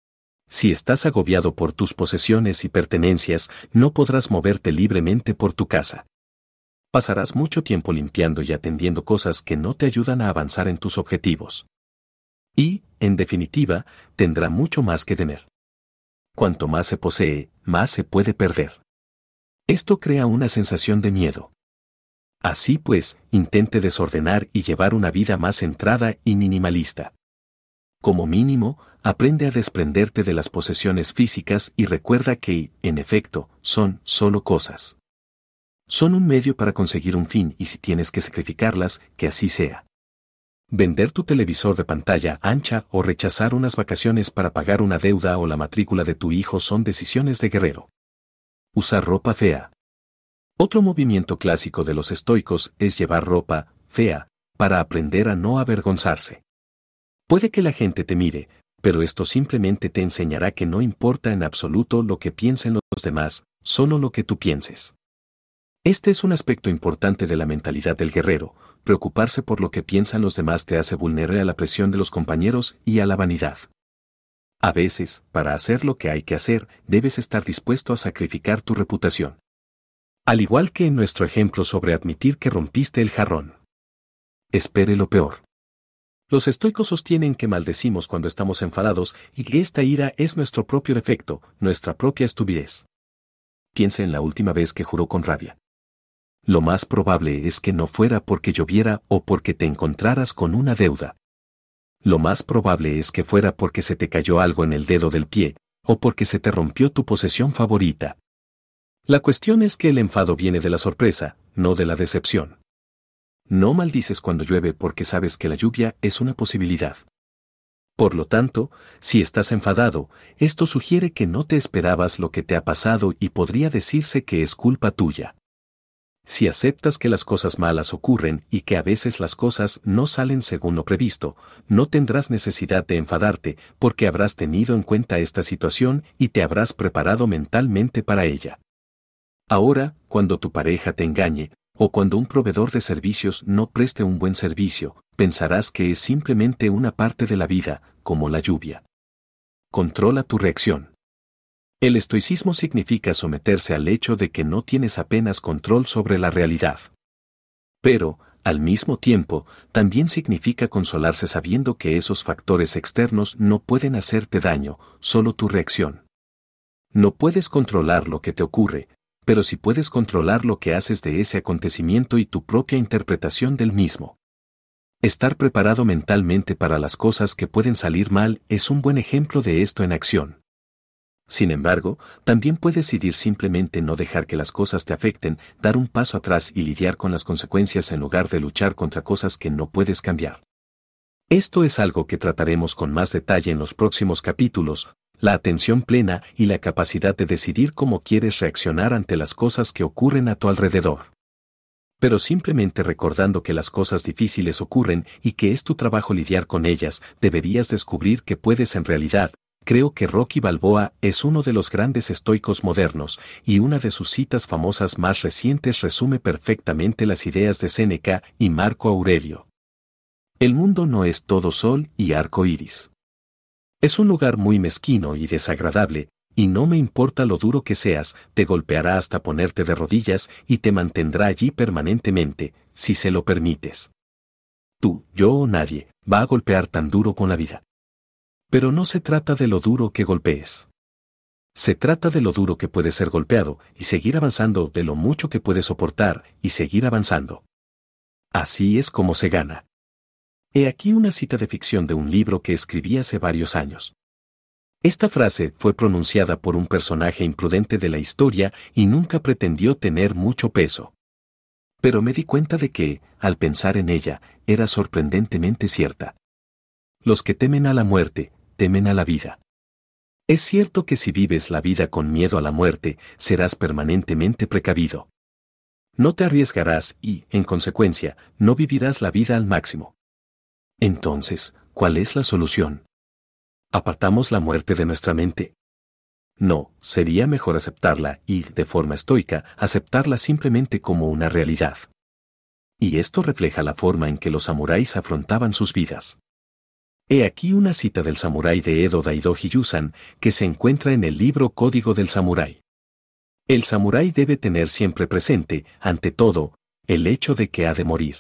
Si estás agobiado por tus posesiones y pertenencias, no podrás moverte libremente por tu casa. Pasarás mucho tiempo limpiando y atendiendo cosas que no te ayudan a avanzar en tus objetivos. Y, en definitiva, tendrá mucho más que temer. Cuanto más se posee, más se puede perder. Esto crea una sensación de miedo. Así pues, intente desordenar y llevar una vida más centrada y minimalista. Como mínimo, aprende a desprenderte de las posesiones físicas y recuerda que, en efecto, son solo cosas. Son un medio para conseguir un fin y si tienes que sacrificarlas, que así sea. Vender tu televisor de pantalla ancha o rechazar unas vacaciones para pagar una deuda o la matrícula de tu hijo son decisiones de guerrero. Usar ropa fea. Otro movimiento clásico de los estoicos es llevar ropa fea para aprender a no avergonzarse. Puede que la gente te mire, pero esto simplemente te enseñará que no importa en absoluto lo que piensen los demás, solo lo que tú pienses. Este es un aspecto importante de la mentalidad del guerrero. Preocuparse por lo que piensan los demás te hace vulnerable a la presión de los compañeros y a la vanidad. A veces, para hacer lo que hay que hacer, debes estar dispuesto a sacrificar tu reputación. Al igual que en nuestro ejemplo sobre admitir que rompiste el jarrón. Espere lo peor. Los estoicos sostienen que maldecimos cuando estamos enfadados y que esta ira es nuestro propio defecto, nuestra propia estupidez. Piense en la última vez que juró con rabia. Lo más probable es que no fuera porque lloviera o porque te encontraras con una deuda. Lo más probable es que fuera porque se te cayó algo en el dedo del pie, o porque se te rompió tu posesión favorita. La cuestión es que el enfado viene de la sorpresa, no de la decepción. No maldices cuando llueve porque sabes que la lluvia es una posibilidad. Por lo tanto, si estás enfadado, esto sugiere que no te esperabas lo que te ha pasado y podría decirse que es culpa tuya. Si aceptas que las cosas malas ocurren y que a veces las cosas no salen según lo previsto, no tendrás necesidad de enfadarte porque habrás tenido en cuenta esta situación y te habrás preparado mentalmente para ella. Ahora, cuando tu pareja te engañe, o cuando un proveedor de servicios no preste un buen servicio, pensarás que es simplemente una parte de la vida, como la lluvia. Controla tu reacción. El estoicismo significa someterse al hecho de que no tienes apenas control sobre la realidad. Pero, al mismo tiempo, también significa consolarse sabiendo que esos factores externos no pueden hacerte daño, solo tu reacción. No puedes controlar lo que te ocurre, pero sí puedes controlar lo que haces de ese acontecimiento y tu propia interpretación del mismo. Estar preparado mentalmente para las cosas que pueden salir mal es un buen ejemplo de esto en acción. Sin embargo, también puedes decidir simplemente no dejar que las cosas te afecten, dar un paso atrás y lidiar con las consecuencias en lugar de luchar contra cosas que no puedes cambiar. Esto es algo que trataremos con más detalle en los próximos capítulos, la atención plena y la capacidad de decidir cómo quieres reaccionar ante las cosas que ocurren a tu alrededor. Pero simplemente recordando que las cosas difíciles ocurren y que es tu trabajo lidiar con ellas, deberías descubrir que puedes en realidad. Creo que Rocky Balboa es uno de los grandes estoicos modernos, y una de sus citas famosas más recientes resume perfectamente las ideas de Séneca y Marco Aurelio. El mundo no es todo sol y arco iris. Es un lugar muy mezquino y desagradable, Y no me importa lo duro que seas, te golpeará hasta ponerte de rodillas y te mantendrá allí permanentemente, si se lo permites. Tú, yo o nadie, va a golpear tan duro con la vida. Pero no se trata de lo duro que golpees. Se trata de lo duro que puedes ser golpeado y seguir avanzando, de lo mucho que puedes soportar y seguir avanzando. Así es como se gana. He aquí una cita de ficción de un libro que escribí hace varios años. Esta frase fue pronunciada por un personaje imprudente de la historia y nunca pretendió tener mucho peso. Pero me di cuenta de que, al pensar en ella, era sorprendentemente cierta. Los que temen a la muerte, temen a la vida. Es cierto que si vives la vida con miedo a la muerte, serás permanentemente precavido. No te arriesgarás y, en consecuencia, no vivirás la vida al máximo. Entonces, ¿cuál es la solución? ¿Apartamos la muerte de nuestra mente? No, sería mejor aceptarla y, de forma estoica, aceptarla simplemente como una realidad. Y esto refleja la forma en que los samuráis afrontaban sus vidas. He aquí una cita del samurái de Edo Daidoji Yusan, que se encuentra en el libro Código del Samurái. El samurái debe tener siempre presente, ante todo, el hecho de que ha de morir.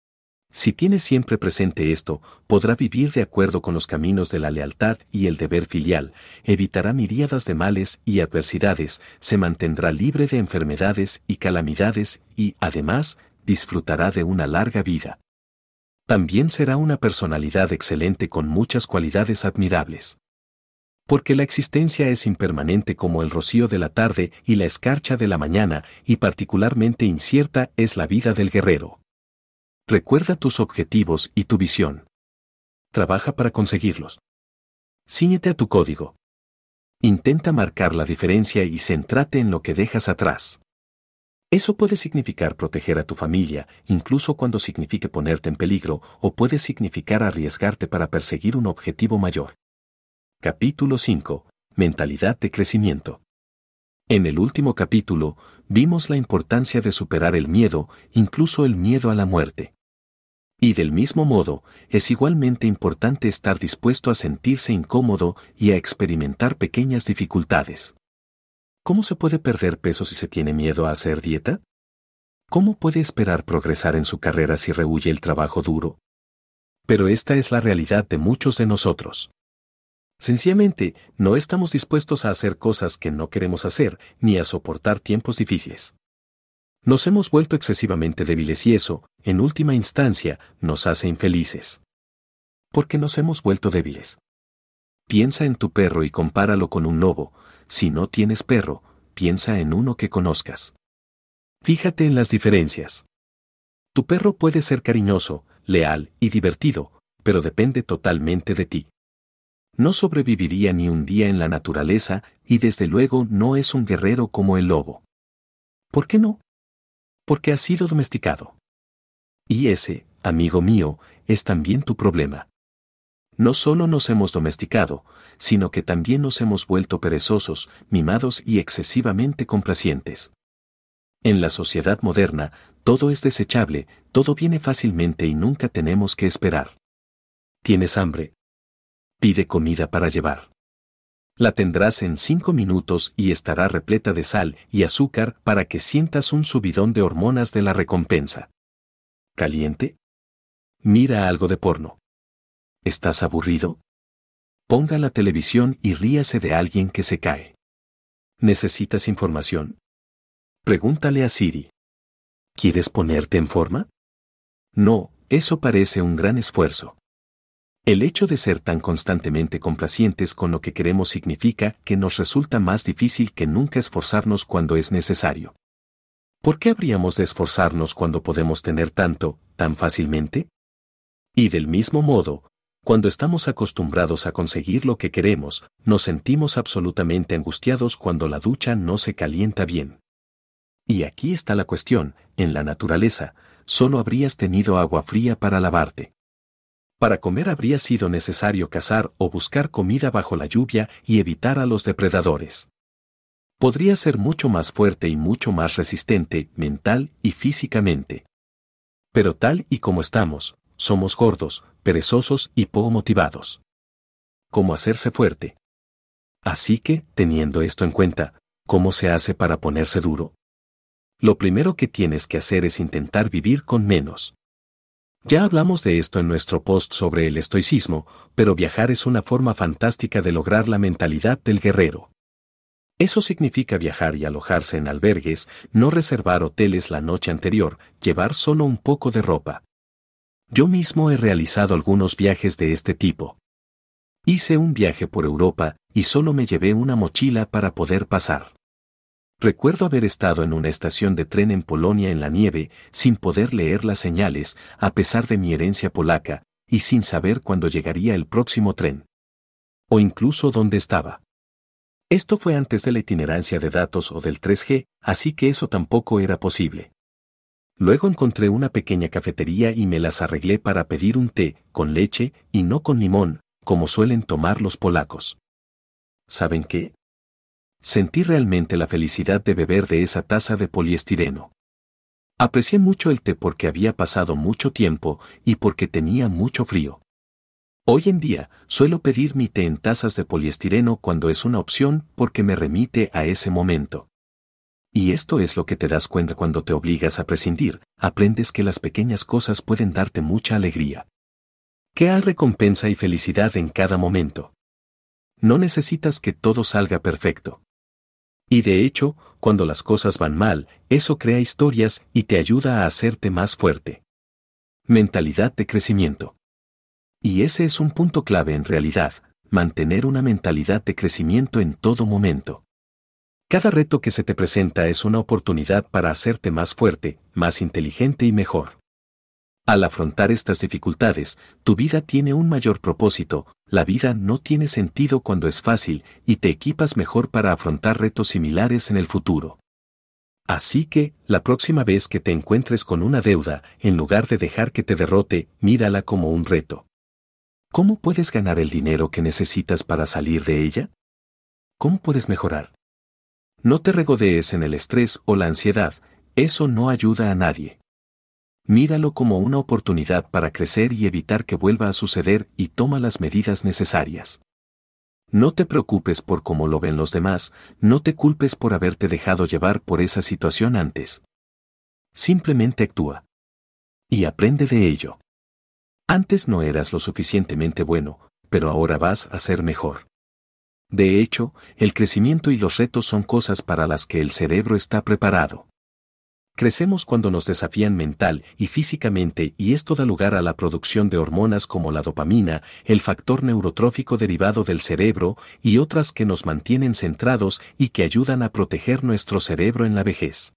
Si tiene siempre presente esto, podrá vivir de acuerdo con los caminos de la lealtad y el deber filial, evitará miríadas de males y adversidades, se mantendrá libre de enfermedades y calamidades y, además, disfrutará de una larga vida. También será una personalidad excelente con muchas cualidades admirables. Porque la existencia es impermanente como el rocío de la tarde y la escarcha de la mañana, y particularmente incierta es la vida del guerrero. Recuerda tus objetivos y tu visión. Trabaja para conseguirlos. Cíñete a tu código. Intenta marcar la diferencia y céntrate en lo que dejas atrás. Eso puede significar proteger a tu familia, incluso cuando signifique ponerte en peligro, o puede significar arriesgarte para perseguir un objetivo mayor. Capítulo cinco. Mentalidad de crecimiento. En el último capítulo, vimos la importancia de superar el miedo, incluso el miedo a la muerte. Y del mismo modo, es igualmente importante estar dispuesto a sentirse incómodo y a experimentar pequeñas dificultades. ¿Cómo se puede perder peso si se tiene miedo a hacer dieta? ¿Cómo puede esperar progresar en su carrera si rehúye el trabajo duro? Pero esta es la realidad de muchos de nosotros. Sencillamente, no estamos dispuestos a hacer cosas que no queremos hacer, ni a soportar tiempos difíciles. Nos hemos vuelto excesivamente débiles y eso, en última instancia, nos hace infelices. ¿Por qué nos hemos vuelto débiles? Piensa en tu perro y compáralo con un lobo. Si no tienes perro, piensa en uno que conozcas. Fíjate en las diferencias. Tu perro puede ser cariñoso, leal y divertido, pero depende totalmente de ti. No sobreviviría ni un día en la naturaleza y desde luego no es un guerrero como el lobo. ¿Por qué no? Porque ha sido domesticado. Y ese, amigo mío, es también tu problema. No solo nos hemos domesticado, sino que también nos hemos vuelto perezosos, mimados y excesivamente complacientes. En la sociedad moderna, todo es desechable, todo viene fácilmente y nunca tenemos que esperar. ¿Tienes hambre? Pide comida para llevar. La tendrás en cinco minutos y estará repleta de sal y azúcar para que sientas un subidón de hormonas de la recompensa. ¿Caliente? Mira algo de porno. ¿Estás aburrido? Ponga la televisión y ríase de alguien que se cae. ¿Necesitas información? Pregúntale a Siri. ¿Quieres ponerte en forma? No, eso parece un gran esfuerzo. El hecho de ser tan constantemente complacientes con lo que queremos significa que nos resulta más difícil que nunca esforzarnos cuando es necesario. ¿Por qué habríamos de esforzarnos cuando podemos tener tanto, tan fácilmente? Y del mismo modo, cuando estamos acostumbrados a conseguir lo que queremos, nos sentimos absolutamente angustiados cuando la ducha no se calienta bien. Y aquí está la cuestión, en la naturaleza, solo habrías tenido agua fría para lavarte. Para comer habría sido necesario cazar o buscar comida bajo la lluvia y evitar a los depredadores. Podría ser mucho más fuerte y mucho más resistente, mental y físicamente. Pero tal y como estamos, somos gordos, perezosos y poco motivados. ¿Cómo hacerse fuerte? Así que, teniendo esto en cuenta, ¿cómo se hace para ponerse duro? Lo primero que tienes que hacer es intentar vivir con menos. Ya hablamos de esto en nuestro post sobre el estoicismo, pero viajar es una forma fantástica de lograr la mentalidad del guerrero. Eso significa viajar y alojarse en albergues, no reservar hoteles la noche anterior, llevar solo un poco de ropa. Yo mismo he realizado algunos viajes de este tipo. Hice un viaje por Europa y solo me llevé una mochila para poder pasar. Recuerdo haber estado en una estación de tren en Polonia en la nieve, sin poder leer las señales, a pesar de mi herencia polaca, y sin saber cuándo llegaría el próximo tren. O incluso dónde estaba. Esto fue antes de la itinerancia de datos o del tres G, así que eso tampoco era posible. Luego encontré una pequeña cafetería y me las arreglé para pedir un té, con leche, y no con limón, como suelen tomar los polacos. ¿Saben qué? Sentí realmente la felicidad de beber de esa taza de poliestireno. Aprecié mucho el té porque había pasado mucho tiempo y porque tenía mucho frío. Hoy en día, suelo pedir mi té en tazas de poliestireno cuando es una opción porque me remite a ese momento. Y esto es lo que te das cuenta cuando te obligas a prescindir, aprendes que las pequeñas cosas pueden darte mucha alegría. Que hay recompensa y felicidad en cada momento. No necesitas que todo salga perfecto. Y de hecho, cuando las cosas van mal, eso crea historias y te ayuda a hacerte más fuerte. Mentalidad de crecimiento. Y ese es un punto clave en realidad, mantener una mentalidad de crecimiento en todo momento. Cada reto que se te presenta es una oportunidad para hacerte más fuerte, más inteligente y mejor. Al afrontar estas dificultades, tu vida tiene un mayor propósito, la vida no tiene sentido cuando es fácil y te equipas mejor para afrontar retos similares en el futuro. Así que, la próxima vez que te encuentres con una deuda, en lugar de dejar que te derrote, mírala como un reto. ¿Cómo puedes ganar el dinero que necesitas para salir de ella? ¿Cómo puedes mejorar? No te regodees en el estrés o la ansiedad, eso no ayuda a nadie. Míralo como una oportunidad para crecer y evitar que vuelva a suceder y toma las medidas necesarias. No te preocupes por cómo lo ven los demás, no te culpes por haberte dejado llevar por esa situación antes. Simplemente actúa. Y aprende de ello. Antes no eras lo suficientemente bueno, pero ahora vas a ser mejor. De hecho, el crecimiento y los retos son cosas para las que el cerebro está preparado. Crecemos cuando nos desafían mental y físicamente y esto da lugar a la producción de hormonas como la dopamina, el factor neurotrófico derivado del cerebro y otras que nos mantienen centrados y que ayudan a proteger nuestro cerebro en la vejez.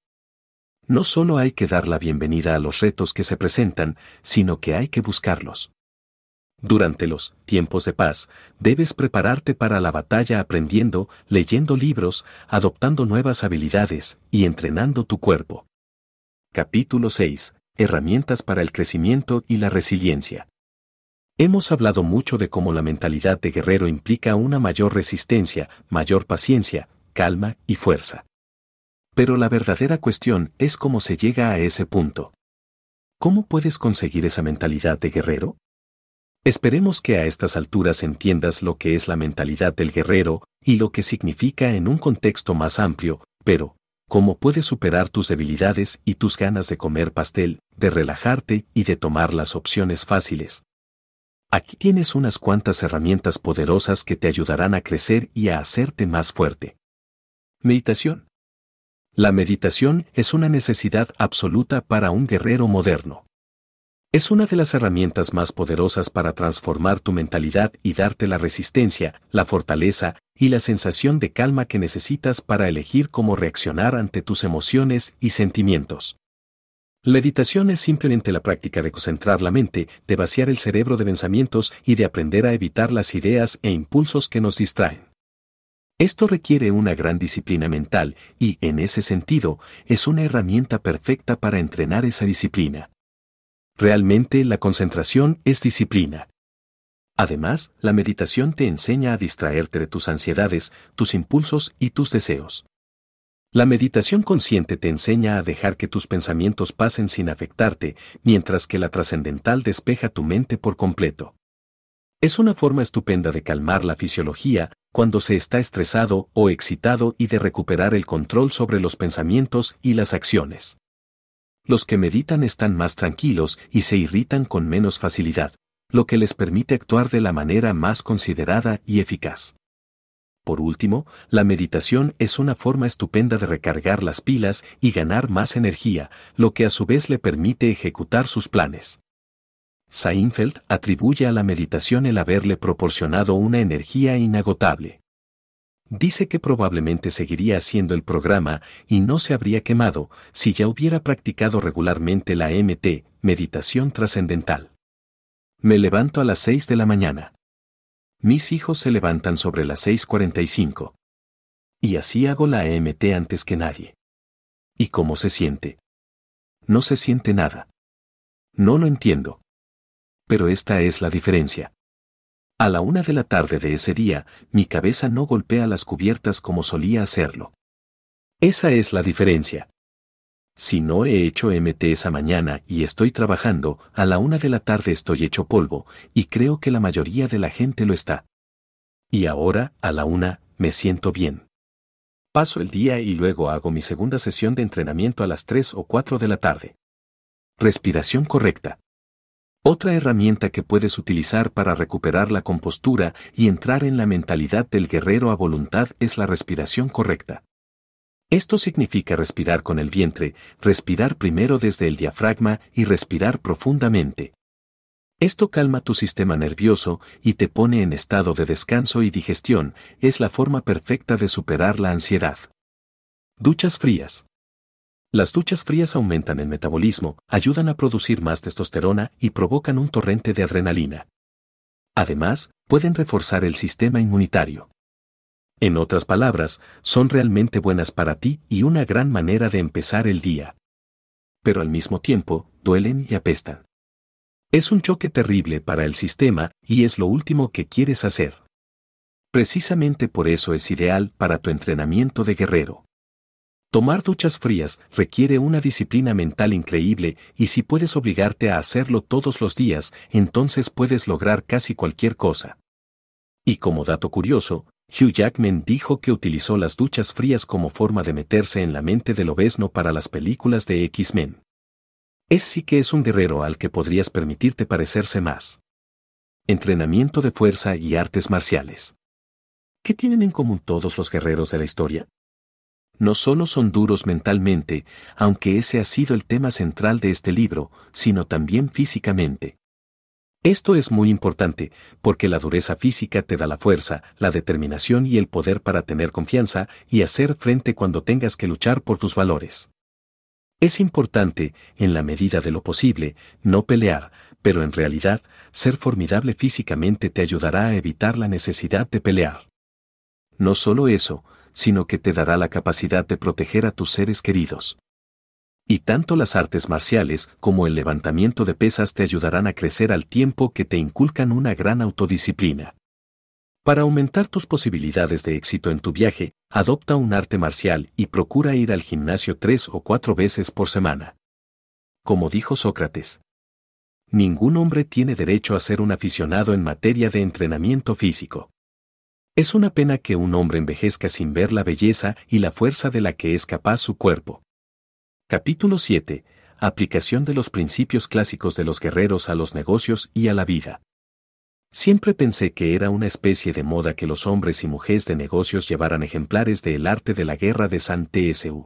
No solo hay que dar la bienvenida a los retos que se presentan, sino que hay que buscarlos. Durante los tiempos de paz, debes prepararte para la batalla aprendiendo, leyendo libros, adoptando nuevas habilidades y entrenando tu cuerpo. Capítulo seis. Herramientas para el crecimiento y la resiliencia. Hemos hablado mucho de cómo la mentalidad de guerrero implica una mayor resistencia, mayor paciencia, calma y fuerza. Pero la verdadera cuestión es cómo se llega a ese punto. ¿Cómo puedes conseguir esa mentalidad de guerrero? Esperemos que a estas alturas entiendas lo que es la mentalidad del guerrero y lo que significa en un contexto más amplio, pero ¿cómo puedes superar tus debilidades y tus ganas de comer pastel, de relajarte y de tomar las opciones fáciles? Aquí tienes unas cuantas herramientas poderosas que te ayudarán a crecer y a hacerte más fuerte. Meditación. La meditación es una necesidad absoluta para un guerrero moderno. Es una de las herramientas más poderosas para transformar tu mentalidad y darte la resistencia, la fortaleza y la sensación de calma que necesitas para elegir cómo reaccionar ante tus emociones y sentimientos. La meditación es simplemente la práctica de concentrar la mente, de vaciar el cerebro de pensamientos y de aprender a evitar las ideas e impulsos que nos distraen. Esto requiere una gran disciplina mental y, en ese sentido, es una herramienta perfecta para entrenar esa disciplina. Realmente la concentración es disciplina. Además, la meditación te enseña a distraerte de tus ansiedades, tus impulsos y tus deseos. La meditación consciente te enseña a dejar que tus pensamientos pasen sin afectarte, mientras que la trascendental despeja tu mente por completo. Es una forma estupenda de calmar la fisiología, cuando se está estresado o excitado y de recuperar el control sobre los pensamientos y las acciones. Los que meditan están más tranquilos y se irritan con menos facilidad, lo que les permite actuar de la manera más considerada y eficaz. Por último, la meditación es una forma estupenda de recargar las pilas y ganar más energía, lo que a su vez le permite ejecutar sus planes. Seinfeld atribuye a la meditación el haberle proporcionado una energía inagotable. Dice que probablemente seguiría haciendo el programa y no se habría quemado si ya hubiera practicado regularmente la M T, meditación trascendental. Me levanto a las seis de la mañana. Mis hijos se levantan sobre las seis cuarenta y cinco. Y así hago la M T antes que nadie. ¿Y cómo se siente? No se siente nada. No lo entiendo. Pero esta es la diferencia. A la una de la tarde de ese día, mi cabeza no golpea las cubiertas como solía hacerlo. Esa es la diferencia. Si no he hecho M T esa mañana y estoy trabajando, a la una de la tarde estoy hecho polvo, y creo que la mayoría de la gente lo está. Y ahora, a la una, me siento bien. Paso el día y luego hago mi segunda sesión de entrenamiento a las tres o cuatro de la tarde. Respiración correcta. Otra herramienta que puedes utilizar para recuperar la compostura y entrar en la mentalidad del guerrero a voluntad es la respiración correcta. Esto significa respirar con el vientre, respirar primero desde el diafragma y respirar profundamente. Esto calma tu sistema nervioso y te pone en estado de descanso y digestión, es la forma perfecta de superar la ansiedad. Duchas frías. Las duchas frías aumentan el metabolismo, ayudan a producir más testosterona y provocan un torrente de adrenalina. Además, pueden reforzar el sistema inmunitario. En otras palabras, son realmente buenas para ti y una gran manera de empezar el día. Pero al mismo tiempo, duelen y apestan. Es un choque terrible para el sistema y es lo último que quieres hacer. Precisamente por eso es ideal para tu entrenamiento de guerrero. Tomar duchas frías requiere una disciplina mental increíble y si puedes obligarte a hacerlo todos los días, entonces puedes lograr casi cualquier cosa. Y como dato curioso, Hugh Jackman dijo que utilizó las duchas frías como forma de meterse en la mente del obesno para las películas de X-Men. Es sí que es un guerrero al que podrías permitirte parecerse más. Entrenamiento de fuerza y artes marciales. ¿Qué tienen en común todos los guerreros de la historia? No solo son duros mentalmente, aunque ese ha sido el tema central de este libro, sino también físicamente. Esto es muy importante, porque la dureza física te da la fuerza, la determinación y el poder para tener confianza y hacer frente cuando tengas que luchar por tus valores. Es importante, en la medida de lo posible, no pelear, pero en realidad, ser formidable físicamente te ayudará a evitar la necesidad de pelear. No solo eso, sino que te dará la capacidad de proteger a tus seres queridos. Y tanto las artes marciales como el levantamiento de pesas te ayudarán a crecer al tiempo que te inculcan una gran autodisciplina. Para aumentar tus posibilidades de éxito en tu viaje, adopta un arte marcial y procura ir al gimnasio tres o cuatro veces por semana. Como dijo Sócrates, ningún hombre tiene derecho a ser un aficionado en materia de entrenamiento físico. Es una pena que un hombre envejezca sin ver la belleza y la fuerza de la que es capaz su cuerpo. Capítulo siete. Aplicación de los principios clásicos de los guerreros a los negocios y a la vida. Siempre pensé que era una especie de moda que los hombres y mujeres de negocios llevaran ejemplares de El arte de la guerra de Sun Tzu.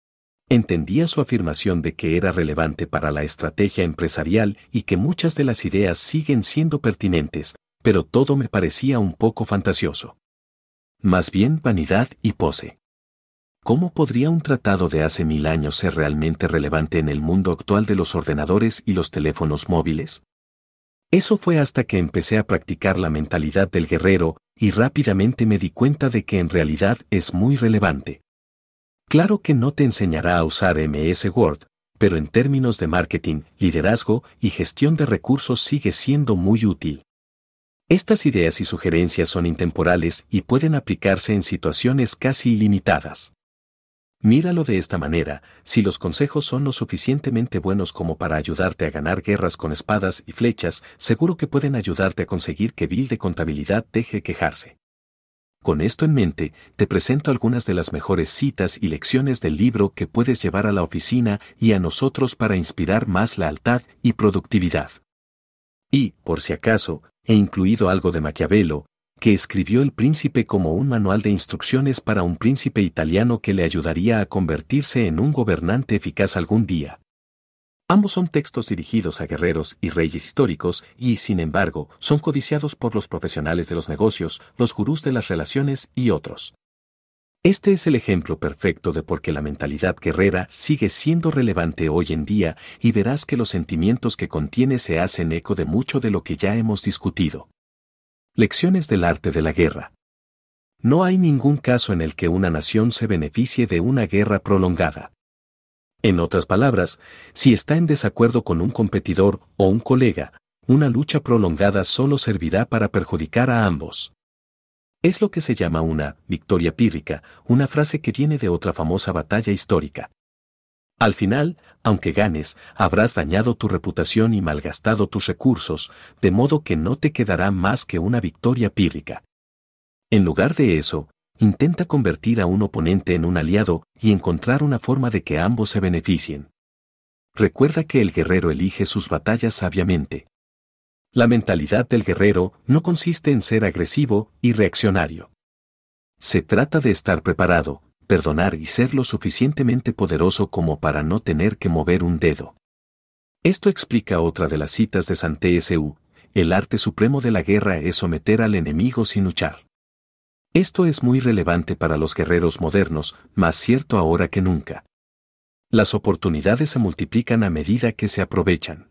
Entendía su afirmación de que era relevante para la estrategia empresarial y que muchas de las ideas siguen siendo pertinentes, pero todo me parecía un poco fantasioso. Más bien vanidad y pose. ¿Cómo podría un tratado de hace mil años ser realmente relevante en el mundo actual de los ordenadores y los teléfonos móviles? Eso fue hasta que empecé a practicar la mentalidad del guerrero y rápidamente me di cuenta de que en realidad es muy relevante. Claro que no te enseñará a usar M S Word, pero en términos de marketing, liderazgo y gestión de recursos sigue siendo muy útil. Estas ideas y sugerencias son intemporales y pueden aplicarse en situaciones casi ilimitadas. Míralo de esta manera, si los consejos son lo suficientemente buenos como para ayudarte a ganar guerras con espadas y flechas, seguro que pueden ayudarte a conseguir que Bill de contabilidad deje quejarse. Con esto en mente, te presento algunas de las mejores citas y lecciones del libro que puedes llevar a la oficina y a nosotros para inspirar más lealtad y productividad. Y, por si acaso, he incluido algo de Maquiavelo, que escribió El Príncipe como un manual de instrucciones para un príncipe italiano que le ayudaría a convertirse en un gobernante eficaz algún día. Ambos son textos dirigidos a guerreros y reyes históricos y, sin embargo, son codiciados por los profesionales de los negocios, los gurús de las relaciones y otros. Este es el ejemplo perfecto de por qué la mentalidad guerrera sigue siendo relevante hoy en día y verás que los sentimientos que contiene se hacen eco de mucho de lo que ya hemos discutido. Lecciones del arte de la guerra. No hay ningún caso en el que una nación se beneficie de una guerra prolongada. En otras palabras, si está en desacuerdo con un competidor o un colega, una lucha prolongada solo servirá para perjudicar a ambos. Es lo que se llama una victoria pírrica, una frase que viene de otra famosa batalla histórica. Al final, aunque ganes, habrás dañado tu reputación y malgastado tus recursos, de modo que no te quedará más que una victoria pírrica. En lugar de eso, intenta convertir a un oponente en un aliado y encontrar una forma de que ambos se beneficien. Recuerda que el guerrero elige sus batallas sabiamente. La mentalidad del guerrero no consiste en ser agresivo y reaccionario. Se trata de estar preparado, perdonar y ser lo suficientemente poderoso como para no tener que mover un dedo. Esto explica otra de las citas de Sun Tzu: el arte supremo de la guerra es someter al enemigo sin luchar. Esto es muy relevante para los guerreros modernos, más cierto ahora que nunca. Las oportunidades se multiplican a medida que se aprovechan.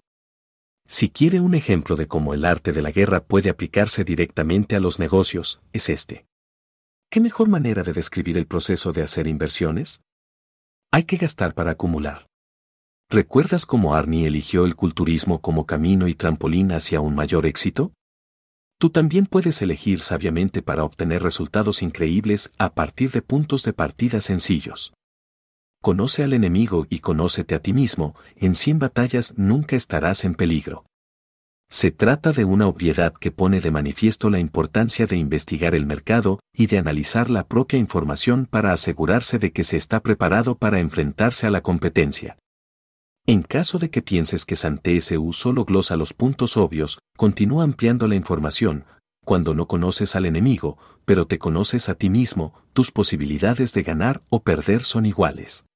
Si quiere un ejemplo de cómo el arte de la guerra puede aplicarse directamente a los negocios, es este. ¿Qué mejor manera de describir el proceso de hacer inversiones? Hay que gastar para acumular. ¿Recuerdas cómo Arnie eligió el culturismo como camino y trampolín hacia un mayor éxito? Tú también puedes elegir sabiamente para obtener resultados increíbles a partir de puntos de partida sencillos. Conoce al enemigo y conócete a ti mismo, en cien batallas nunca estarás en peligro. Se trata de una obviedad que pone de manifiesto la importancia de investigar el mercado y de analizar la propia información para asegurarse de que se está preparado para enfrentarse a la competencia. En caso de que pienses que Sun Tzu solo glosa los puntos obvios, continúa ampliando la información. Cuando no conoces al enemigo, pero te conoces a ti mismo, tus posibilidades de ganar o perder son iguales.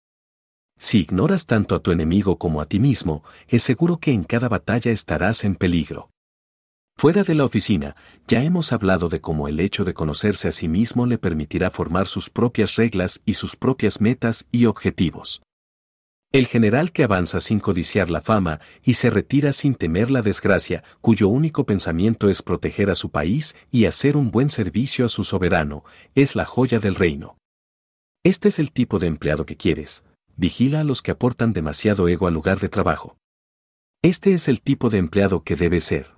Si ignoras tanto a tu enemigo como a ti mismo, es seguro que en cada batalla estarás en peligro. Fuera de la oficina, ya hemos hablado de cómo el hecho de conocerse a sí mismo le permitirá formar sus propias reglas y sus propias metas y objetivos. El general que avanza sin codiciar la fama y se retira sin temer la desgracia, cuyo único pensamiento es proteger a su país y hacer un buen servicio a su soberano, es la joya del reino. Este es el tipo de empleado que quieres. Vigila a los que aportan demasiado ego al lugar de trabajo. Este es el tipo de empleado que debe ser.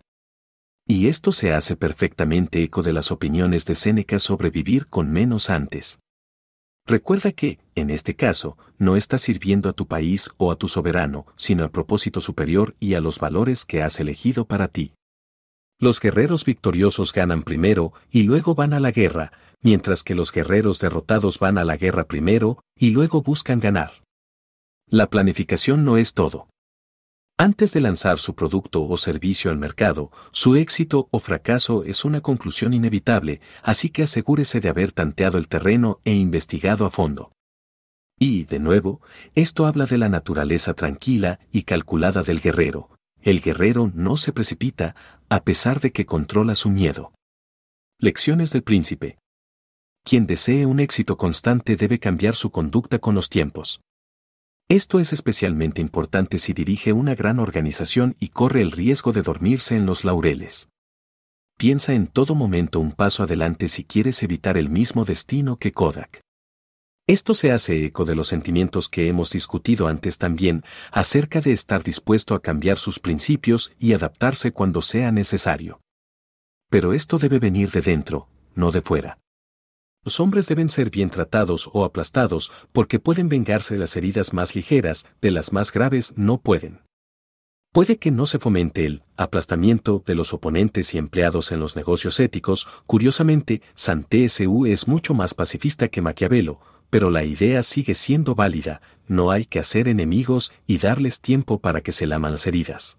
Y esto se hace perfectamente eco de las opiniones de Séneca sobre vivir con menos antes. Recuerda que, en este caso, no estás sirviendo a tu país o a tu soberano, sino al propósito superior y a los valores que has elegido para ti. Los guerreros victoriosos ganan primero y luego van a la guerra, mientras que los guerreros derrotados van a la guerra primero y luego buscan ganar. La planificación no es todo. Antes de lanzar su producto o servicio al mercado, su éxito o fracaso es una conclusión inevitable, así que asegúrese de haber tanteado el terreno e investigado a fondo. Y, de nuevo, esto habla de la naturaleza tranquila y calculada del guerrero. El guerrero no se precipita, a pesar de que controla su miedo. Lecciones del príncipe. Quien desee un éxito constante debe cambiar su conducta con los tiempos. Esto es especialmente importante si dirige una gran organización y corre el riesgo de dormirse en los laureles. Piensa en todo momento un paso adelante si quieres evitar el mismo destino que Kodak. Esto se hace eco de los sentimientos que hemos discutido antes también, acerca de estar dispuesto a cambiar sus principios y adaptarse cuando sea necesario. Pero esto debe venir de dentro, no de fuera. Los hombres deben ser bien tratados o aplastados porque pueden vengarse de las heridas más ligeras, de las más graves no pueden. Puede que no se fomente el aplastamiento de los oponentes y empleados en los negocios éticos. Curiosamente, Saint-Exupéry es mucho más pacifista que Maquiavelo, pero la idea sigue siendo válida: no hay que hacer enemigos y darles tiempo para que se laman las heridas.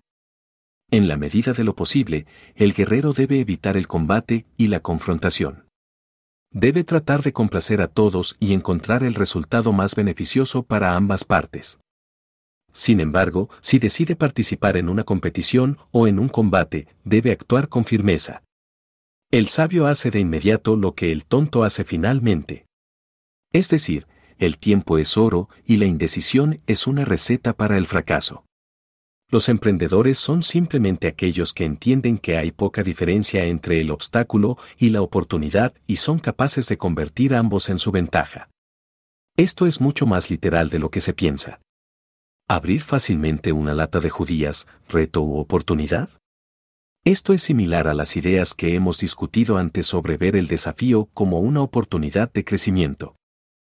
En la medida de lo posible, el guerrero debe evitar el combate y la confrontación. Debe tratar de complacer a todos y encontrar el resultado más beneficioso para ambas partes. Sin embargo, si decide participar en una competición o en un combate, debe actuar con firmeza. El sabio hace de inmediato lo que el tonto hace finalmente. Es decir, el tiempo es oro y la indecisión es una receta para el fracaso. Los emprendedores son simplemente aquellos que entienden que hay poca diferencia entre el obstáculo y la oportunidad y son capaces de convertir ambos en su ventaja. Esto es mucho más literal de lo que se piensa. ¿Abrir fácilmente una lata de judías, reto u oportunidad? Esto es similar a las ideas que hemos discutido antes sobre ver el desafío como una oportunidad de crecimiento.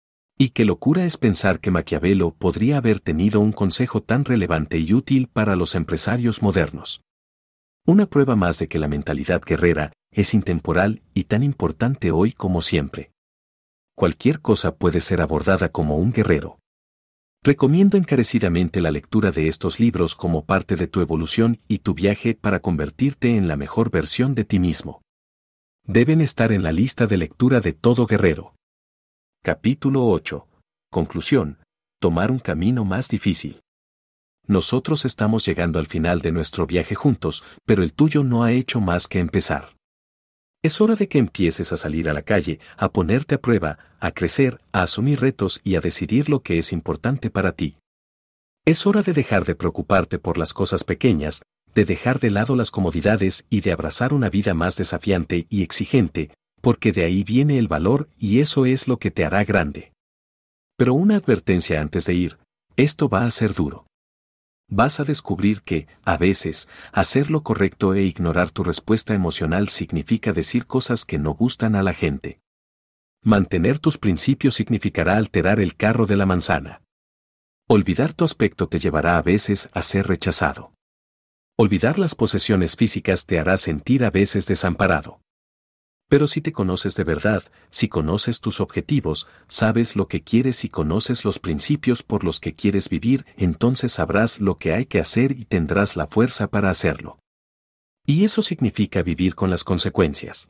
Y qué locura es pensar que Maquiavelo podría haber tenido un consejo tan relevante y útil para los empresarios modernos. Una prueba más de que la mentalidad guerrera es intemporal y tan importante hoy como siempre. Cualquier cosa puede ser abordada como un guerrero. Recomiendo encarecidamente la lectura de estos libros como parte de tu evolución y tu viaje para convertirte en la mejor versión de ti mismo. Deben estar en la lista de lectura de todo guerrero. Capítulo ocho. Conclusión. Tomar un camino más difícil. Nosotros estamos llegando al final de nuestro viaje juntos, pero el tuyo no ha hecho más que empezar. Es hora de que empieces a salir a la calle, a ponerte a prueba, a crecer, a asumir retos y a decidir lo que es importante para ti. Es hora de dejar de preocuparte por las cosas pequeñas, de dejar de lado las comodidades y de abrazar una vida más desafiante y exigente, porque de ahí viene el valor y eso es lo que te hará grande. Pero una advertencia antes de ir: esto va a ser duro. Vas a descubrir que, a veces, hacer lo correcto e ignorar tu respuesta emocional significa decir cosas que no gustan a la gente. Mantener tus principios significará alterar el carro de la manzana. Olvidar tu aspecto te llevará a veces a ser rechazado. Olvidar las posesiones físicas te hará sentir a veces desamparado. Pero si te conoces de verdad, si conoces tus objetivos, sabes lo que quieres y conoces los principios por los que quieres vivir, entonces sabrás lo que hay que hacer y tendrás la fuerza para hacerlo. Y eso significa vivir con las consecuencias.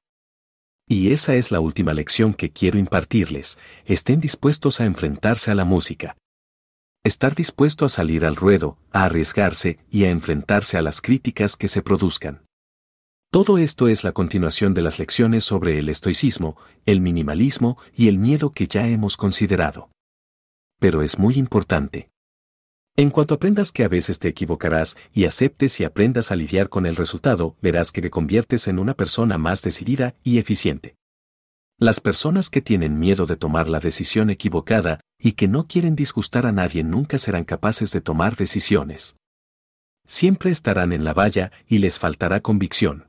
Y esa es la última lección que quiero impartirles: estén dispuestos a enfrentarse a la música. Estar dispuesto a salir al ruedo, a arriesgarse y a enfrentarse a las críticas que se produzcan. Todo esto es la continuación de las lecciones sobre el estoicismo, el minimalismo y el miedo que ya hemos considerado. Pero es muy importante. En cuanto aprendas que a veces te equivocarás y aceptes y aprendas a lidiar con el resultado, verás que te conviertes en una persona más decidida y eficiente. Las personas que tienen miedo de tomar la decisión equivocada y que no quieren disgustar a nadie nunca serán capaces de tomar decisiones. Siempre estarán en la valla y les faltará convicción.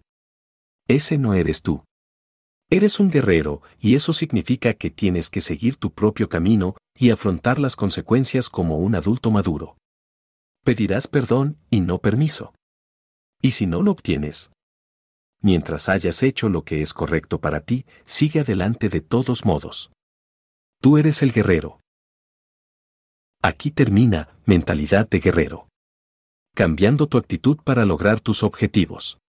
Ese no eres tú. Eres un guerrero, y eso significa que tienes que seguir tu propio camino y afrontar las consecuencias como un adulto maduro. Pedirás perdón y no permiso. ¿Y si no lo obtienes? Mientras hayas hecho lo que es correcto para ti, sigue adelante de todos modos. Tú eres el guerrero. Aquí termina Mentalidad de Guerrero. Cambiando tu actitud para lograr tus objetivos.